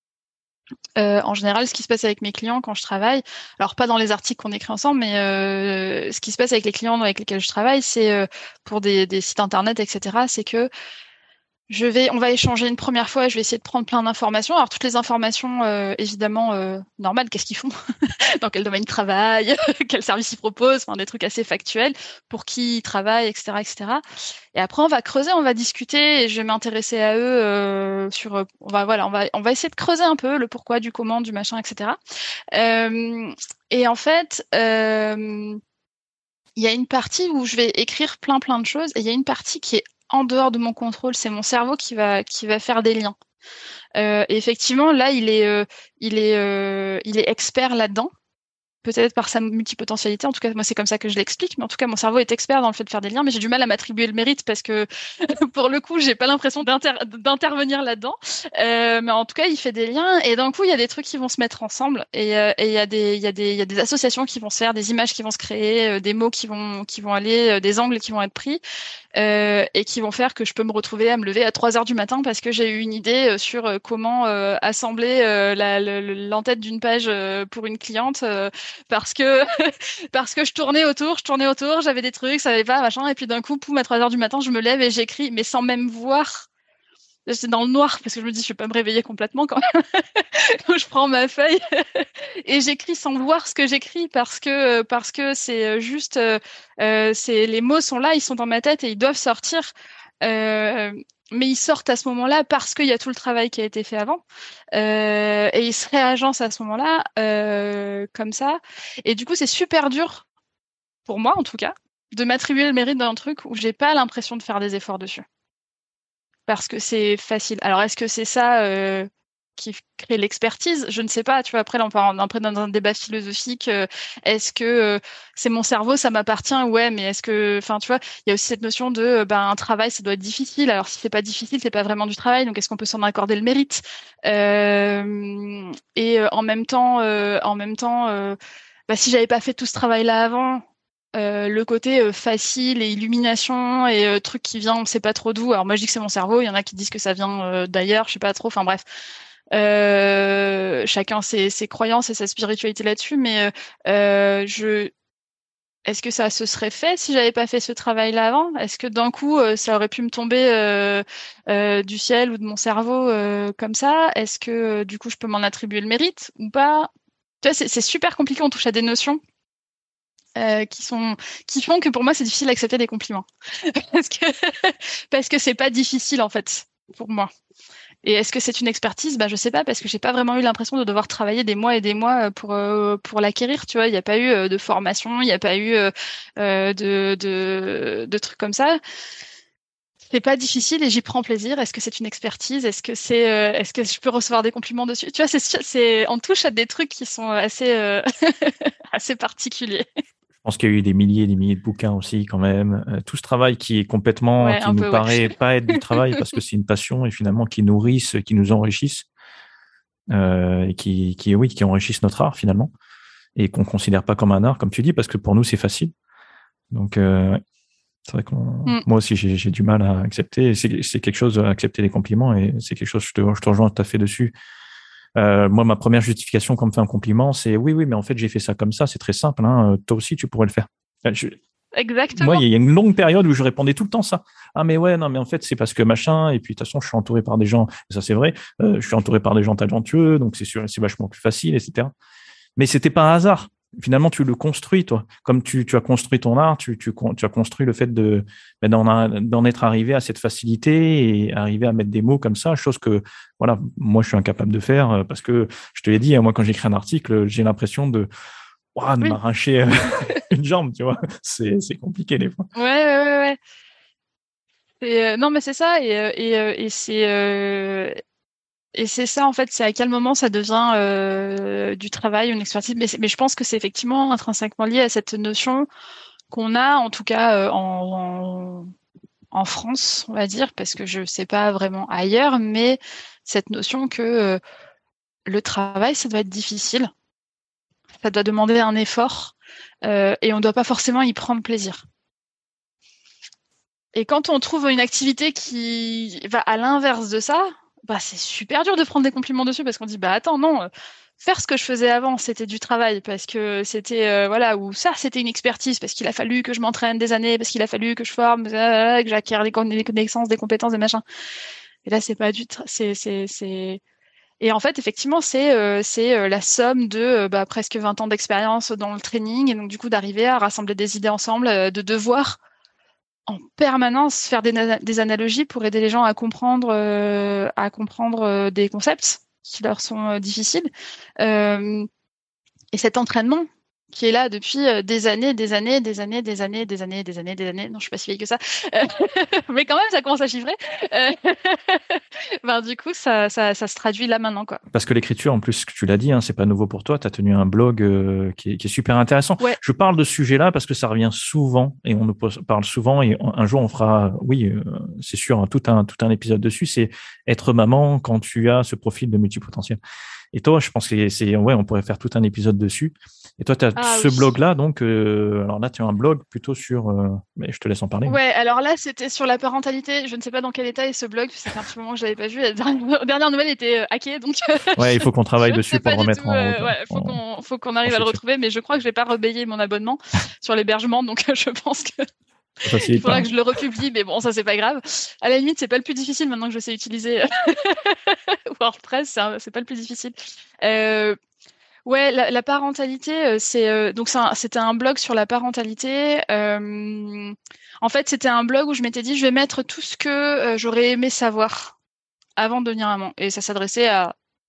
Euh, en général, ce qui se passe avec mes clients quand je travaille, alors pas dans les articles qu'on écrit ensemble, mais euh, ce qui se passe avec les clients avec lesquels je travaille, c'est euh, pour des, des sites internet, et cetera. C'est que Je vais, on va échanger une première fois. Je vais essayer de prendre plein d'informations. Alors toutes les informations, euh, évidemment euh, normales. Qu'est-ce qu'ils font, dans quel domaine ils travaillent, quel service ils proposent, enfin des trucs assez factuels, pour qui ils travaillent, et cetera, et cetera. Et après on va creuser, on va discuter, et je vais m'intéresser à eux euh, sur. On va voilà, on va on va essayer de creuser un peu le pourquoi du comment, du machin, et cetera. Euh, et en fait. Euh, il y a une partie où je vais écrire plein plein de choses, et il y a une partie qui est en dehors de mon contrôle. C'est mon cerveau qui va qui va faire des liens. Euh, et effectivement, là, il est euh, il est euh, il est expert là-dedans. Peut-être par sa multipotentialité. En tout cas, moi, c'est comme ça que je l'explique. Mais en tout cas, mon cerveau est expert dans le fait de faire des liens, mais j'ai du mal à m'attribuer le mérite, parce que pour le coup, j'ai pas l'impression d'inter- d'intervenir là-dedans. Euh, mais en tout cas, il fait des liens, et d'un coup, il y a des trucs qui vont se mettre ensemble, et euh, et il y a des il y a des il y a des associations qui vont se faire, des images qui vont se créer, euh, des mots qui vont qui vont aller, euh, des angles qui vont être pris. Euh, et qui vont faire que je peux me retrouver à me lever à trois heures du matin parce que j'ai eu une idée euh, sur euh, comment euh, assembler euh, la, le- l'entête d'une page euh, pour une cliente, euh, parce que parce que je tournais autour, je tournais autour, j'avais des trucs, ça allait pas, machin, et puis d'un coup, poum, à trois heures du matin, je me lève et j'écris, mais sans même voir. J'étais dans le noir parce que je me dis je vais pas me réveiller complètement quand même. Donc je prends ma feuille et j'écris sans voir ce que j'écris, parce que parce que c'est juste euh, c'est les mots sont là, ils sont dans ma tête et ils doivent sortir. Euh, mais ils sortent à ce moment-là parce qu'il y a tout le travail qui a été fait avant, euh, et ils se réagencent à ce moment-là euh, comme ça. Et du coup, c'est super dur pour moi, en tout cas, de m'attribuer le mérite d'un truc où j'ai pas l'impression de faire des efforts dessus. parce que c'est facile. Alors, est-ce que c'est ça euh, qui crée l'expertise? Je ne sais pas. Tu vois, après, là, on part après dans un débat philosophique. Euh, est-ce que euh, c'est mon cerveau, ça m'appartient? Ouais, mais est-ce que, enfin, tu vois, il y a aussi cette notion de, euh, ben, un travail, ça doit être difficile. Alors, si c'est pas difficile, c'est pas vraiment du travail. Donc, est-ce qu'on peut s'en accorder le mérite? euh, Et euh, en même temps, euh, en même temps, euh, bah, si j'avais pas fait tout ce travail-là avant. Euh, le côté euh, facile et illumination et euh, truc qui vient on sait pas trop d'où. Alors moi je dis que c'est mon cerveau, il y en a qui disent que ça vient euh, d'ailleurs, je sais pas trop, enfin bref. Euh, chacun ses, ses croyances et sa spiritualité là-dessus, mais euh, je est-ce que ça se serait fait si j'avais pas fait ce travail-là avant? Est-ce que d'un coup euh, ça aurait pu me tomber euh, euh, du ciel ou de mon cerveau euh, comme ça? Est-ce que euh, du coup je peux m'en attribuer le mérite ou pas? Tu vois, c'est, c'est super compliqué, on touche à des notions Euh, qui sont qui font que pour moi c'est difficile d'accepter des compliments parce que parce que c'est pas difficile en fait pour moi. Et est-ce que c'est une expertise? Bah je sais pas parce que j'ai pas vraiment eu l'impression de devoir travailler des mois et des mois pour euh, pour l'acquérir, tu vois, il y a pas eu euh, de formation, il y a pas eu euh, euh, de de de trucs comme ça. C'est pas difficile et j'y prends plaisir. Est-ce que c'est une expertise? Est-ce que c'est euh, est-ce que je peux recevoir des compliments dessus? Tu vois, c'est c'est on touche à des trucs qui sont assez euh, assez particuliers. Je pense qu'il y a eu des milliers et des milliers de bouquins aussi quand même. Euh, tout ce travail qui est complètement, Ouais, qui un nous peu ouais. paraît pas être du travail parce que c'est une passion et finalement qui nourrissent, qui nous enrichissent, euh, et qui, qui, oui, qui enrichissent notre art finalement et qu'on considère pas comme un art, comme tu dis, parce que pour nous c'est facile. Donc euh, ouais, c'est vrai qu'on, Mm. moi aussi j'ai, j'ai du mal à accepter. C'est, c'est quelque chose à accepter les compliments et c'est quelque chose, je te, je te rejoins tout à fait dessus. Euh, moi, ma première justification quand on me fait un compliment, c'est oui, oui, mais en fait, j'ai fait ça comme ça, c'est très simple. Hein, toi aussi, tu pourrais le faire. Je, moi, Exactement. il y a une longue période où je répondais tout le temps ça. Ah, mais ouais, non, mais en fait, c'est parce que machin. Et puis, de toute façon, je suis entouré par des gens, et ça, c'est vrai, euh, je suis entouré par des gens talentueux, donc c'est sûr, c'est vachement plus facile, et cetera. Mais c'était pas un hasard. Finalement, tu le construis, toi. Comme tu, tu as construit ton art, tu, tu, tu as construit le fait de, ben, d'en, d'en être arrivé à cette facilité et arriver à mettre des mots comme ça, chose que, voilà, moi, je suis incapable de faire parce que, je te l'ai dit, moi, quand j'écris un article, j'ai l'impression de, ouah, de Oui. m'arracher une jambe, tu vois. C'est, c'est compliqué, des fois. Ouais, ouais, ouais, ouais. Et, euh, non, mais c'est ça. Et, euh, et, euh, et c'est euh, et c'est ça, en fait. C'est à quel moment ça devient euh, du travail, une expertise. Mais, c'est- mais je pense que c'est effectivement intrinsèquement lié à cette notion qu'on a, en tout cas euh, en, en, en France, on va dire, parce que je sais pas vraiment ailleurs, mais cette notion que euh, le travail, ça doit être difficile, ça doit demander un effort, euh, et on ne doit pas forcément y prendre plaisir. Et quand on trouve une activité qui va à l'inverse de ça, bah c'est super dur de prendre des compliments dessus parce qu'on dit bah attends non, euh, faire ce que je faisais avant c'était du travail parce que c'était euh, voilà ou ça c'était une expertise parce qu'il a fallu que je m'entraîne des années parce qu'il a fallu que je forme euh, que j'acquière des, con- des connaissances, des compétences, des machins. Et là c'est pas du tra- c'est c'est c'est et en fait effectivement c'est euh, c'est euh, la somme de euh, bah, presque vingt ans d'expérience dans le training et donc du coup d'arriver à rassembler des idées ensemble, euh, de devoir en permanence faire des, des analogies pour aider les gens à comprendre, euh, à comprendre euh, des concepts qui leur sont euh, difficiles. Euh, et cet entraînement qui est là depuis euh, des années, des années, des années, des années, des années, des années, des années. Non, je suis pas si vieille que ça, Euh, mais quand même, ça commence à chiffrer. Euh, ben, du coup, ça, ça, ça se traduit là maintenant, quoi. Parce que l'écriture, en plus, que tu l'as dit, hein, c'est pas nouveau pour toi. Tu as tenu un blog euh, qui, est, qui est super intéressant. Ouais. Je parle de ce sujet-là parce que ça revient souvent et on nous pose, parle souvent. Et un jour, on fera, oui, euh, c'est sûr, hein, tout un tout un épisode dessus. C'est être maman quand tu as ce profil de multipotentiel. Et toi, je pense que c'est, ouais, on pourrait faire tout un épisode dessus. Et toi, tu as Ah ce oui. blog-là, donc, euh, alors là, tu as un blog plutôt sur, euh, mais je te laisse en parler. Ouais, alors là, c'était sur la parentalité. Je ne sais pas dans quel état est ce blog, ça fait un petit moment que je l'avais pas vu. La dernière, dernière nouvelle était euh, hackée, donc Ouais, il faut qu'on travaille je ne dessus sais pour pas le du remettre tout. en route. Euh, ouais, faut On, qu'on faut qu'on on arrive à fait le dessus. retrouver, mais je crois que je vais pas rebayer mon abonnement sur l'hébergement, donc je pense que Ça il facilite faudra pas. que je le republie. Mais bon, ça c'est pas grave. À la limite, c'est pas le plus difficile maintenant que je sais utiliser WordPress, c'est un- c'est pas le plus difficile. Euh, Ouais, la, la parentalité, euh, c'est euh, donc c'est un- c'était un blog sur la parentalité. Euh, en fait, c'était un blog où je m'étais dit je vais mettre tout ce que euh, j'aurais aimé savoir avant de devenir maman, et ça s'adressait à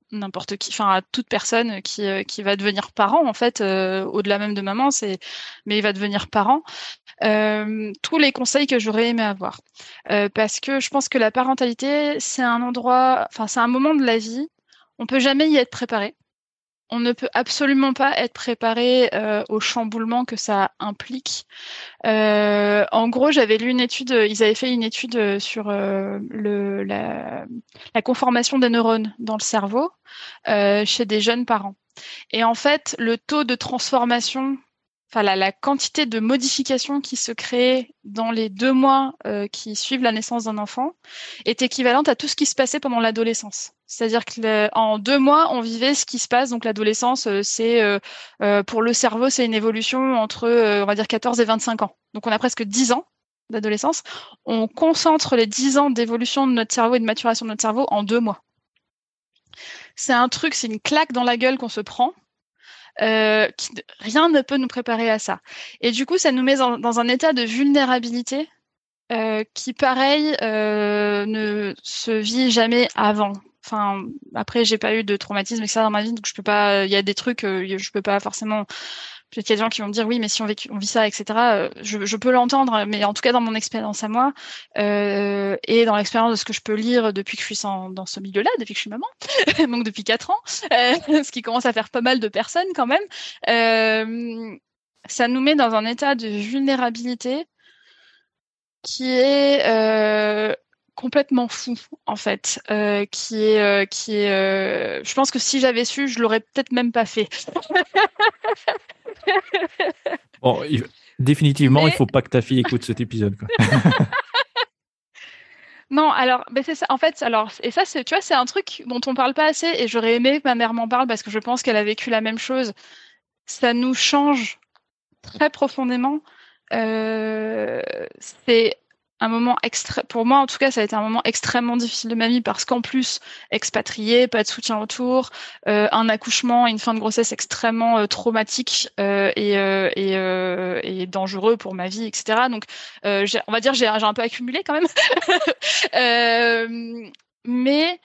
n'importe qui, enfin à toute personne qui euh, qui va devenir parent en fait, euh, au-delà même de maman, c'est mais il va devenir parent. Euh, tous les conseils que j'aurais aimé avoir, euh, parce que je pense que la parentalité c'est un endroit, enfin c'est un moment de la vie, on peut jamais y être préparé. On ne peut absolument pas être préparé euh, au chamboulement que ça implique. Euh, en gros, j'avais lu une étude, ils avaient fait une étude sur euh, le, la, la conformation des neurones dans le cerveau euh, chez des jeunes parents. Et en fait, le taux de transformation, enfin la, la quantité de modifications qui se créent dans les deux mois euh, qui suivent la naissance d'un enfant est équivalente à tout ce qui se passait pendant l'adolescence. C'est-à-dire que le, en deux mois, on vivait ce qui se passe. Donc l'adolescence, euh, c'est euh, euh, pour le cerveau, c'est une évolution entre, euh, on va dire, quatorze et vingt-cinq ans. Donc on a presque dix ans d'adolescence. On concentre les dix ans d'évolution de notre cerveau et de maturation de notre cerveau en deux mois. C'est un truc, c'est une claque dans la gueule qu'on se prend. Euh, qui, rien ne peut nous préparer à ça. Et du coup, ça nous met dans, dans un état de vulnérabilité euh, qui, pareil, euh, ne se vit jamais avant. Enfin, après, j'ai pas eu de traumatisme et ça dans ma vie, donc je peux pas. Il y a des trucs, euh, je peux pas forcément. Peut-être qu'il y a des gens qui vont me dire oui, mais si on, vécu, on vit ça, et cetera. Je, je peux l'entendre, mais en tout cas dans mon expérience à moi euh, et dans l'expérience de ce que je peux lire depuis que je suis en, dans ce milieu-là, depuis que je suis maman, donc depuis quatre ans, euh, ce qui commence à faire pas mal de personnes quand même. Euh, ça nous met dans un état de vulnérabilité qui est euh, complètement fou en fait, euh, qui est, euh, qui est. Euh, je pense que si j'avais su, je l'aurais peut-être même pas fait. Bon, il... définitivement, Mais... il faut pas que ta fille écoute cet épisode, quoi. Non, alors, ben c'est ça. En fait, alors, et ça, c'est, tu vois, c'est un truc dont on parle pas assez, et j'aurais aimé que ma mère m'en parle parce que je pense qu'elle a vécu la même chose. Ça nous change très profondément. Euh, c'est un moment extrême, pour moi en tout cas, ça a été un moment extrêmement difficile de ma vie parce qu'en plus, expatriée, pas de soutien autour, euh, un accouchement, une fin de grossesse extrêmement euh, traumatique euh, et, euh, et, euh, et dangereux pour ma vie, et cetera. Donc, euh, j'ai, on va dire, j'ai, j'ai un peu accumulé quand même. euh, mais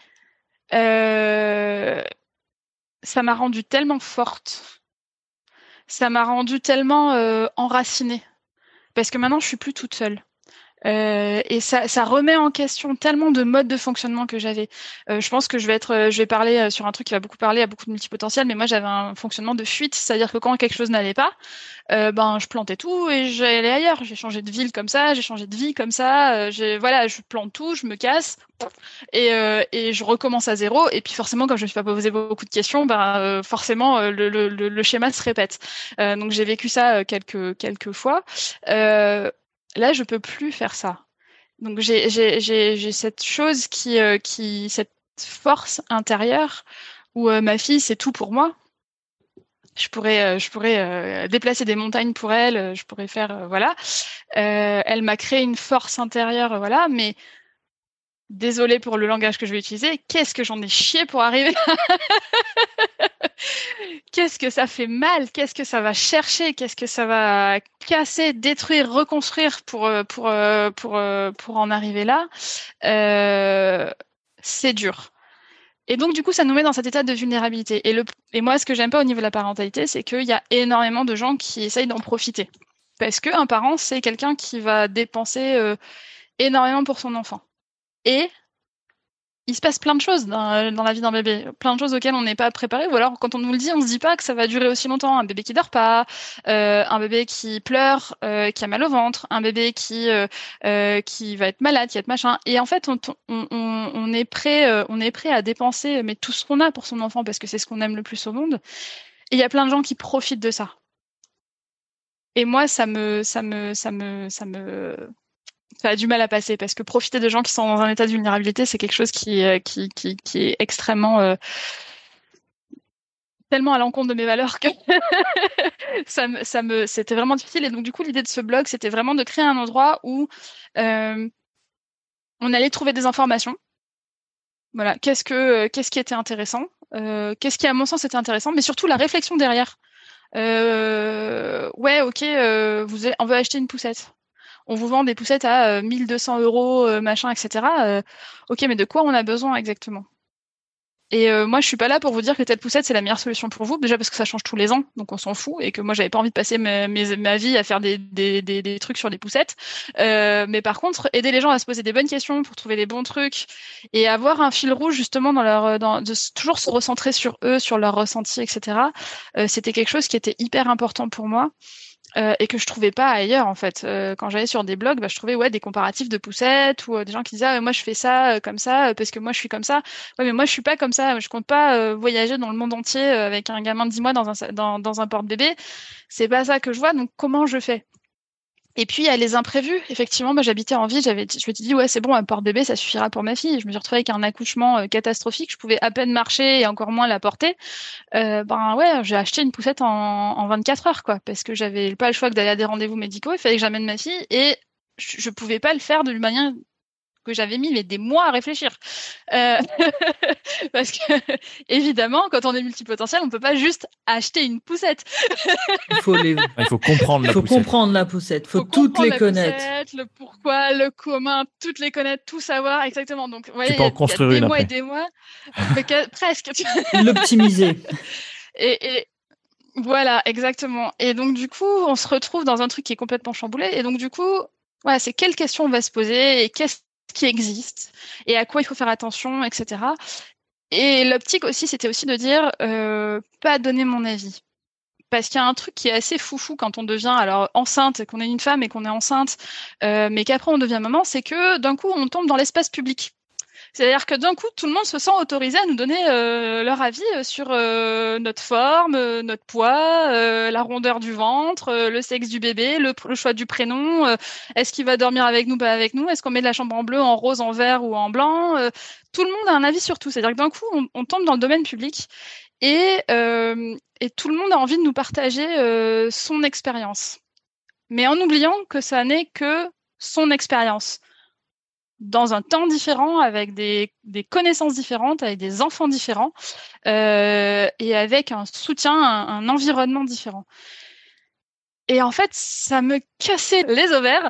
euh, ça m'a rendue tellement forte, ça m'a rendue tellement euh, enracinée. Parce que maintenant, je suis plus toute seule. Euh, et ça, ça remet en question tellement de modes de fonctionnement que j'avais. Euh, je pense que je vais être, euh, je vais parler euh, sur un truc qui va beaucoup parler à beaucoup de multipotentiels, mais moi j'avais un fonctionnement de fuite, c'est-à-dire que quand quelque chose n'allait pas, euh, ben je plantais tout et j'allais ailleurs. J'ai changé de ville comme ça, j'ai changé de vie comme ça. Euh, j'ai, voilà, je plante tout, je me casse et, euh, et je recommence à zéro. Et puis forcément, comme je me suis pas posé beaucoup de questions, ben euh, forcément euh, le, le, le schéma se répète. Euh, donc j'ai vécu ça euh, quelques quelques fois. Euh, Là, je peux plus faire ça. Donc j'ai j'ai j'ai j'ai cette chose qui euh, qui cette force intérieure où euh, ma fille c'est tout pour moi. Je pourrais euh, je pourrais euh, déplacer des montagnes pour elle, euh, je pourrais faire euh, voilà. Euh, elle m'a créé une force intérieure, euh, voilà. Mais désolée pour le langage que je vais utiliser. Qu'est-ce que j'en ai chié pour arriver. Qu'est-ce que ça fait mal, qu'est-ce que ça va chercher, qu'est-ce que ça va casser, détruire, reconstruire pour pour pour pour en arriver là. Euh, c'est dur. Et donc du coup, ça nous met dans cet état de vulnérabilité. Et le et moi, ce que j'aime pas au niveau de la parentalité, c'est qu'il y a énormément de gens qui essayent d'en profiter. Parce que un parent, c'est quelqu'un qui va dépenser euh, énormément pour son enfant. Et il se passe plein de choses dans, dans la vie d'un bébé, plein de choses auxquelles on n'est pas préparé, ou alors quand on nous le dit, on se dit pas que ça va durer aussi longtemps. Un bébé qui dort pas, euh, un bébé qui pleure, euh, qui a mal au ventre, un bébé qui euh, euh, qui va être malade, qui va être machin. Et en fait, on, on, on est prêt, euh, on est prêt à dépenser, mais tout ce qu'on a pour son enfant parce que c'est ce qu'on aime le plus au monde. Et il y a plein de gens qui profitent de ça. Et moi, ça me, ça me, ça me, ça me ça a du mal à passer parce que profiter de gens qui sont dans un état de vulnérabilité, c'est quelque chose qui, qui, qui, qui est extrêmement euh, tellement à l'encontre de mes valeurs que ça me, ça me, c'était vraiment difficile. Et donc du coup, l'idée de ce blog, c'était vraiment de créer un endroit où euh, on allait trouver des informations. Voilà, qu'est-ce que, qu'est-ce qui était intéressant, euh, qu'est-ce qui à mon sens était intéressant, mais surtout la réflexion derrière. Euh, ouais, ok, euh, vous, on veut acheter une poussette. On vous vend des poussettes à euh, mille deux cents euros, euh, machin, et cetera. Euh, ok, mais de quoi on a besoin exactement? Et euh, moi, je suis pas là pour vous dire que telle poussette c'est la meilleure solution pour vous, déjà parce que ça change tous les ans, donc on s'en fout, et que moi j'avais pas envie de passer ma, mes, ma vie à faire des, des, des, des trucs sur des poussettes. Euh, mais par contre, aider les gens à se poser des bonnes questions pour trouver les bons trucs et avoir un fil rouge justement dans leur, dans, de toujours se recentrer sur eux, sur leurs ressentis, et cetera. Euh, c'était quelque chose qui était hyper important pour moi. Euh, et que je trouvais pas ailleurs en fait. Euh, quand j'allais sur des blogs, bah, je trouvais ouais des comparatifs de poussettes ou euh, des gens qui disaient ah, moi je fais ça euh, comme ça euh, parce que moi je suis comme ça. Ouais mais moi je suis pas comme ça. Je compte pas euh, voyager dans le monde entier euh, avec un gamin de dix mois dans un dans dans un porte-bébé. C'est pas ça que je vois. Donc comment je fais? Et puis, il y a les imprévus. Effectivement, moi, j'habitais en ville. J'avais, je me suis dit, ouais, c'est bon, un porte-bébé, ça suffira pour ma fille. Je me suis retrouvée avec un accouchement euh, catastrophique. Je pouvais à peine marcher et encore moins la porter. Euh, ben ouais, j'ai acheté une poussette en, en vingt-quatre heures, quoi, parce que j'avais pas le choix que d'aller à des rendez-vous médicaux. Il fallait que j'amène ma fille et je, je pouvais pas le faire de manière que j'avais mis mais des mois à réfléchir. Euh, parce que, évidemment, quand on est multipotentiel, on peut pas juste acheter une poussette. Il faut les... Il faut comprendre la Il faut poussette. comprendre la poussette. Il faut, faut toutes les la connaître. Poussette, le pourquoi, le comment, toutes les connaître, tout savoir, exactement. Donc, vous voyez, tu peux en construire il y a des une mois après. et des mois. Mais que, presque. L'optimiser. Et, et voilà, exactement. Et donc, du coup, on se retrouve dans un truc qui est complètement chamboulé. Et donc, du coup, voilà, c'est quelles questions on va se poser et qu'est-ce qui existe et à quoi il faut faire attention, et cetera. Et l'optique aussi, c'était aussi de dire euh, pas donner mon avis. Parce qu'il y a un truc qui est assez foufou quand on devient alors enceinte, qu'on est une femme et qu'on est enceinte, euh, mais qu'après on devient maman, c'est que d'un coup on tombe dans l'espace public. C'est-à-dire que d'un coup, tout le monde se sent autorisé à nous donner euh, leur avis sur euh, notre forme, euh, notre poids, euh, la rondeur du ventre, euh, le sexe du bébé, le, le choix du prénom, euh, est-ce qu'il va dormir avec nous, pas avec nous, est-ce qu'on met de la chambre en bleu, en rose, en vert ou en blanc. Euh, tout le monde a un avis sur tout. C'est-à-dire que d'un coup, on, on tombe dans le domaine public et, euh, et tout le monde a envie de nous partager euh, son expérience. Mais en oubliant que ça n'est que son expérience. Dans un temps différent, avec des, des connaissances différentes, avec des enfants différents, euh, et avec un soutien, un, un environnement différent. Et en fait, ça me cassait les ovaires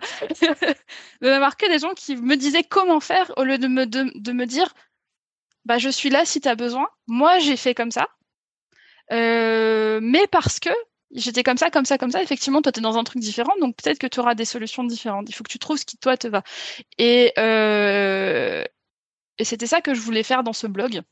de n'avoir que des gens qui me disaient comment faire au lieu de me, de, de me dire bah, je suis là si tu as besoin. Moi, j'ai fait comme ça. Euh, mais parce que j'étais comme ça, comme ça, comme ça. Effectivement, toi, tu es dans un truc différent, donc peut-être que tu auras des solutions différentes. Il faut que tu trouves ce qui, toi, te va. Et, euh, et c'était ça que je voulais faire dans ce blog.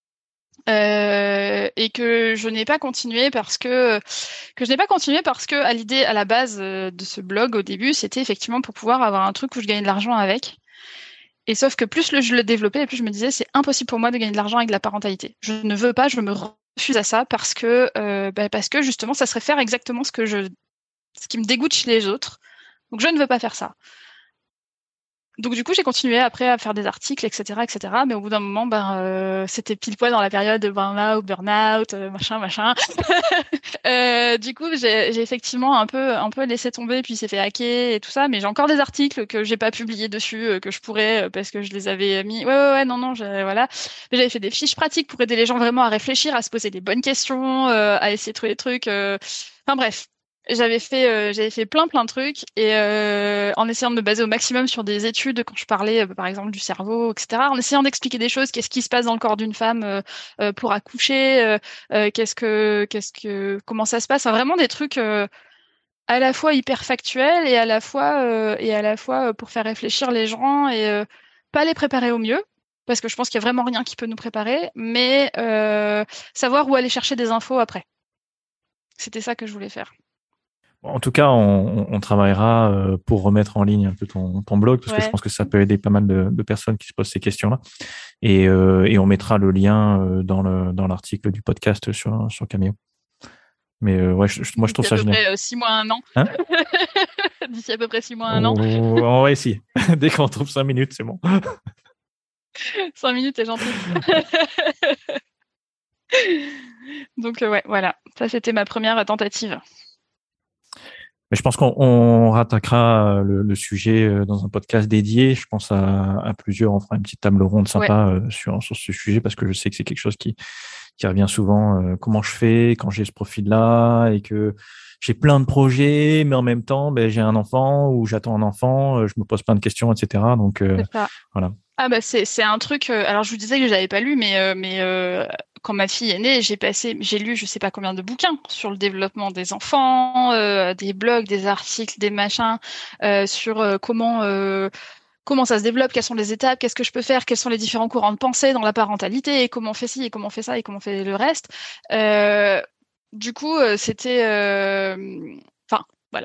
Euh, et que je n'ai pas continué parce que que je n'ai pas continué parce que à l'idée à la base de ce blog au début, c'était effectivement pour pouvoir avoir un truc où je gagnais de l'argent avec. Et sauf que plus le, je le développais, et plus je me disais c'est impossible pour moi de gagner de l'argent avec de la parentalité. Je ne veux pas, je me refuse à ça parce que euh, bah parce que justement ça serait faire exactement ce que je ce qui me dégoûte chez les autres. Donc je ne veux pas faire ça. Donc du coup j'ai continué après à faire des articles, et cetera, et cetera. Mais au bout d'un moment, ben euh, c'était pile poil dans la période de burn-out, burn-out, euh, machin, machin. euh, du coup j'ai, j'ai effectivement un peu un peu laissé tomber, puis c'est fait hacker et tout ça. Mais j'ai encore des articles que j'ai pas publiés dessus, euh, que je pourrais euh, parce que je les avais mis. Ouais ouais ouais non non j'ai, voilà. Mais j'avais fait des fiches pratiques pour aider les gens vraiment à réfléchir, à se poser des bonnes questions, euh, à essayer de trouver des trucs. Euh... Enfin bref. J'avais fait, euh, j'avais fait plein plein de trucs et euh, en essayant de me baser au maximum sur des études quand je parlais, euh, par exemple, du cerveau, et cetera. En essayant d'expliquer des choses, qu'est-ce qui se passe dans le corps d'une femme euh, euh, pour accoucher, euh, euh, qu'est-ce que, qu'est-ce que, comment ça se passe. Enfin, vraiment des trucs euh, à la fois hyper factuels et à la fois euh, et à la fois euh, pour faire réfléchir les gens et euh, pas les préparer au mieux. Parce que je pense qu'il y a vraiment rien qui peut nous préparer, mais euh, savoir où aller chercher des infos après. C'était ça que je voulais faire. En tout cas, on, on travaillera euh, pour remettre en ligne un peu ton, ton blog, parce ouais. que je pense que ça peut aider pas mal de, de personnes qui se posent ces questions-là. Et, euh, et on mettra le lien euh, dans, le, dans l'article du podcast sur, sur Cameo. Mais euh, ouais, je, moi, je trouve ça génial. D'ici à peu près six mois, un an. Hein D'ici à peu près six mois, un an. Oh, on va essayer. Dès qu'on trouve cinq minutes, c'est bon. cinq minutes, c'est gentil. Donc, euh, ouais, voilà. Ça, c'était ma première tentative. Mais je pense qu'on on rattaquera le, le sujet dans un podcast dédié. Je pense à, à plusieurs. On fera une petite table ronde sympa ouais. sur, sur ce sujet parce que je sais que c'est quelque chose qui, qui revient souvent. Euh, comment je fais quand j'ai ce profil-là et que j'ai plein de projets, mais en même temps, ben, j'ai un enfant ou j'attends un enfant, je me pose plein de questions, et cetera. Donc, euh, voilà. Ah bah c'est c'est un truc. Euh, alors je vous disais que je l'avais pas lu, mais euh, mais euh, quand ma fille est née, j'ai passé, j'ai lu je sais pas combien de bouquins sur le développement des enfants, euh, des blogs, des articles, des machins, euh, sur euh, comment euh, comment ça se développe, quelles sont les étapes, qu'est-ce que je peux faire, quels sont les différents courants de pensée dans la parentalité, et comment on fait ci, et comment on fait ça, et comment on fait le reste. Euh, du coup, euh, c'était, euh, enfin. Voilà,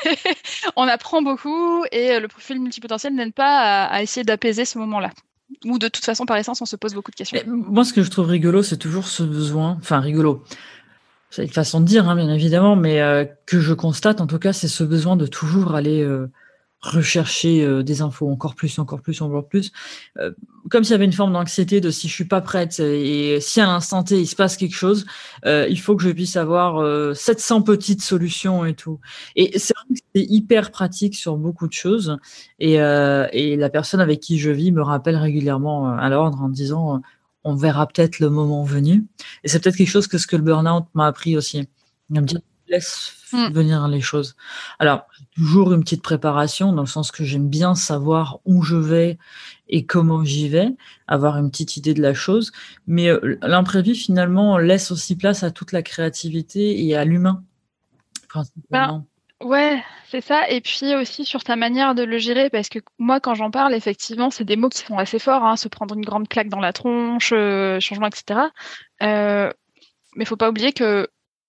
on apprend beaucoup et le profil multipotentiel n'aide pas à, à essayer d'apaiser ce moment-là. Ou de toute façon, par essence, on se pose beaucoup de questions. Mais moi, ce que je trouve rigolo, c'est toujours ce besoin, enfin rigolo, c'est une façon de dire, hein, bien évidemment, mais euh, que je constate, en tout cas, c'est ce besoin de toujours aller euh, rechercher euh, des infos encore plus, encore plus, encore plus, euh, comme s'il y avait une forme d'anxiété de si je suis pas prête et si à l'instant T il se passe quelque chose, euh, il faut que je puisse avoir euh, sept cents petites solutions et tout. Et c'est vrai que c'est hyper pratique sur beaucoup de choses. Et, euh, et la personne avec qui je vis me rappelle régulièrement à l'ordre en disant euh, on verra peut-être le moment venu. Et c'est peut-être quelque chose que ce que le burn-out m'a appris aussi. Il me dit laisse mm. venir les choses. Alors, toujours une petite préparation, dans le sens que j'aime bien savoir où je vais et comment j'y vais, avoir une petite idée de la chose. Mais euh, l'imprévu, finalement, laisse aussi place à toute la créativité et à l'humain, principalement. Ben, ouais, c'est ça. Et puis aussi sur ta manière de le gérer, parce que moi, quand j'en parle, effectivement, c'est des mots qui sont assez forts, hein, se prendre une grande claque dans la tronche, euh, changement, et cetera. Euh, mais il faut pas oublier que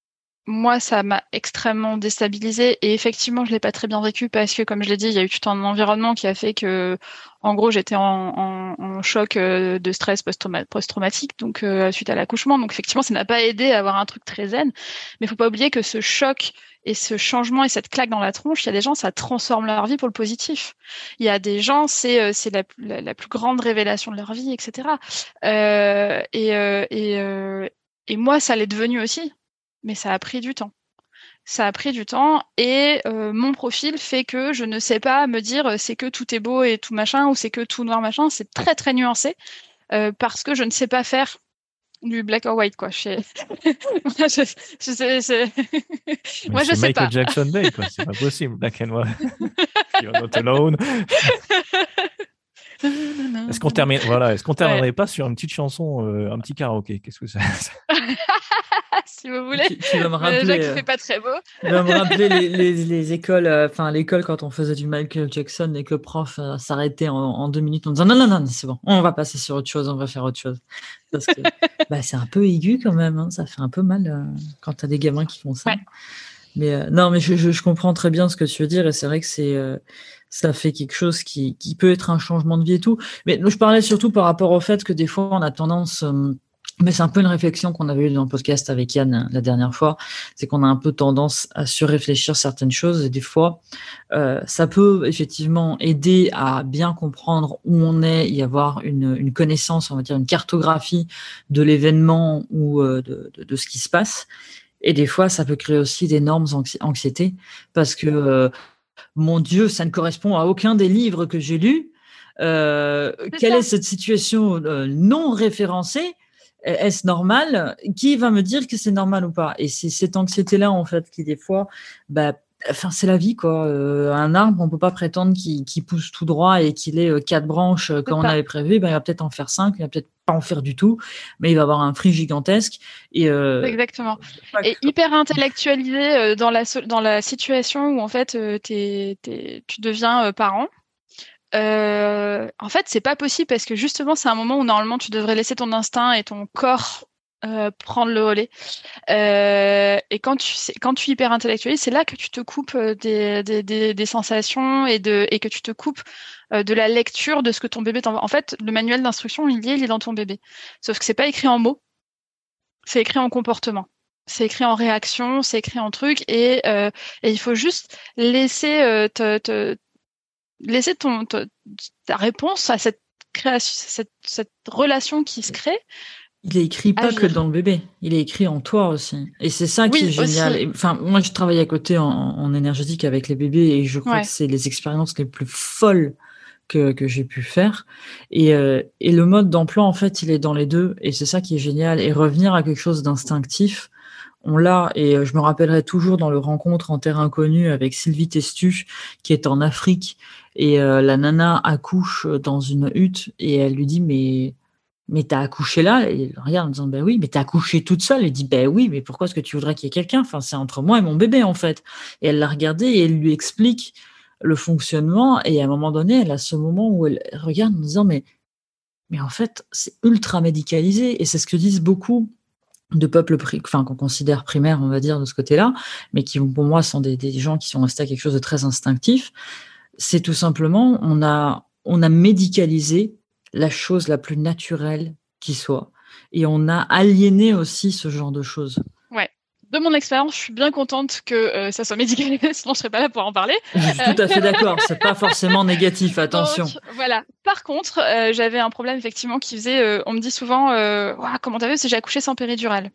moi, ça m'a extrêmement déstabilisée et effectivement, je l'ai pas très bien vécu parce que, comme je l'ai dit, il y a eu tout un environnement qui a fait que, en gros, j'étais en, en, en choc de stress post-traumatique, donc euh, suite à l'accouchement. Donc effectivement, ça n'a pas aidé à avoir un truc très zen. Mais il faut pas oublier que ce choc et ce changement et cette claque dans la tronche, il y a des gens, ça transforme leur vie pour le positif. Il y a des gens, c'est c'est la, la, la plus grande révélation de leur vie, et cetera. Euh, et euh, et, euh, et moi, ça l'est devenu aussi. Mais ça a pris du temps. Ça a pris du temps et euh, mon profil fait que je ne sais pas me dire c'est que tout est beau et tout machin ou c'est que tout noir machin. C'est très très nuancé euh, parce que je ne sais pas faire du black or white quoi. Je sais... Moi je, je sais, je... Moi, je c'est sais Michael pas. Jackson Day quoi. C'est pas possible. Black and white. You're not alone. Est-ce qu'on termine, voilà, est-ce qu'on terminerait ouais. pas sur une petite chanson, euh, un petit karaoké? Qu'est-ce que c'est? Si vous voulez. Tu, tu vas me rappeler. Déjà qu'il fait pas très beau. Tu vas me rappeler les, les, les écoles, enfin euh, l'école quand on faisait du Michael Jackson et que le prof euh, s'arrêtait en, en deux minutes en disant non non non c'est bon, on va passer sur autre chose, on va faire autre chose. Parce que bah, c'est un peu aigu quand même, hein, ça fait un peu mal euh, quand t'as des gamins qui font ça. Ouais. Mais euh, non, mais je, je, je comprends très bien ce que tu veux dire et c'est vrai que c'est euh, ça fait quelque chose qui, qui peut être un changement de vie et tout. Mais je parlais surtout par rapport au fait que des fois on a tendance, euh, mais c'est un peu une réflexion qu'on avait eue dans le podcast avec Yann la dernière fois, c'est qu'on a un peu tendance à surréfléchir certaines choses et des fois euh, ça peut effectivement aider à bien comprendre où on est et avoir une, une connaissance, on va dire une cartographie de l'événement ou euh, de, de, de ce qui se passe. Et des fois, ça peut créer aussi d'énormes anxi- anxiétés parce que, euh, mon Dieu, ça ne correspond à aucun des livres que j'ai lus. Euh, quelle ça. est cette situation euh, non référencée? Est-ce normal? Qui va me dire que c'est normal ou pas? Et c'est cette anxiété-là, en fait, qui des fois, bah, enfin, c'est la vie, quoi. Euh, un arbre, on peut pas prétendre qu'il, qu'il pousse tout droit et qu'il ait euh, quatre branches euh, comme on avait prévu. Ben, il va peut-être en faire cinq, il va peut-être pas en faire du tout, mais il va avoir un fruit gigantesque. Et euh, exactement. Et hyper intellectualisé euh, dans la dans la situation où en fait euh, t'es, t'es, tu deviens euh, parent. Euh, en fait, c'est pas possible parce que justement, c'est un moment où normalement tu devrais laisser ton instinct et ton corps euh, prendre le relais. Euh, et quand tu quand tu hyper intellectualises, c'est là que tu te coupes des, des, des, des sensations et de et que tu te coupes euh, de la lecture de ce que ton bébé t'envoie. En fait, le manuel d'instruction, il y est, il est dans ton bébé. Sauf que c'est pas écrit en mots, c'est écrit en comportement. C'est écrit en réaction, c'est écrit en truc, et, euh, et il faut juste laisser euh, te, te laisser ton, ta, ta réponse à cette création, cette, cette relation qui se crée. Il est écrit pas agir. Que dans le bébé, il est écrit en toi aussi. Et c'est ça qui oui, est génial. Et, enfin, moi, je travaille à côté en, en énergétique avec les bébés et je crois ouais. que c'est les expériences les plus folles que, que j'ai pu faire. Et, euh, et le mode d'emploi, en fait, il est dans les deux. Et c'est ça qui est génial. Et revenir à quelque chose d'instinctif, on l'a, et je me rappellerai toujours dans le rencontre en terre inconnue avec Sylvie Testu, qui est en Afrique et euh, la nana accouche dans une hutte et elle lui dit mais mais t'as accouché là? Et il regarde en disant ben oui, mais t'as accouché toute seule. Elle dit ben oui, mais pourquoi est-ce que tu voudrais qu'il y ait quelqu'un? Enfin, c'est entre moi et mon bébé en fait. Et elle l'a regardé et elle lui explique le fonctionnement. Et à un moment donné, elle a ce moment où elle regarde en disant mais mais en fait c'est ultra médicalisé et c'est ce que disent beaucoup de peuples pri- enfin, qu'on considère primaires, on va dire, de ce côté-là, mais qui, pour moi, sont des, des gens qui sont restés à quelque chose de très instinctif. C'est tout simplement, on a, on a médicalisé la chose la plus naturelle qui soit. Et on a aliéné aussi ce genre de choses. Ouais. De mon expérience, je suis bien contente que euh, ça soit médicalisé, sinon je serais pas là pour en parler. Je suis tout à fait d'accord. C'est pas forcément négatif, attention. Donc, voilà. Par contre, euh, j'avais un problème effectivement qui faisait. Euh, on me dit souvent, euh, Ouah, comment t'as vu si j'ai accouché sans péridurale.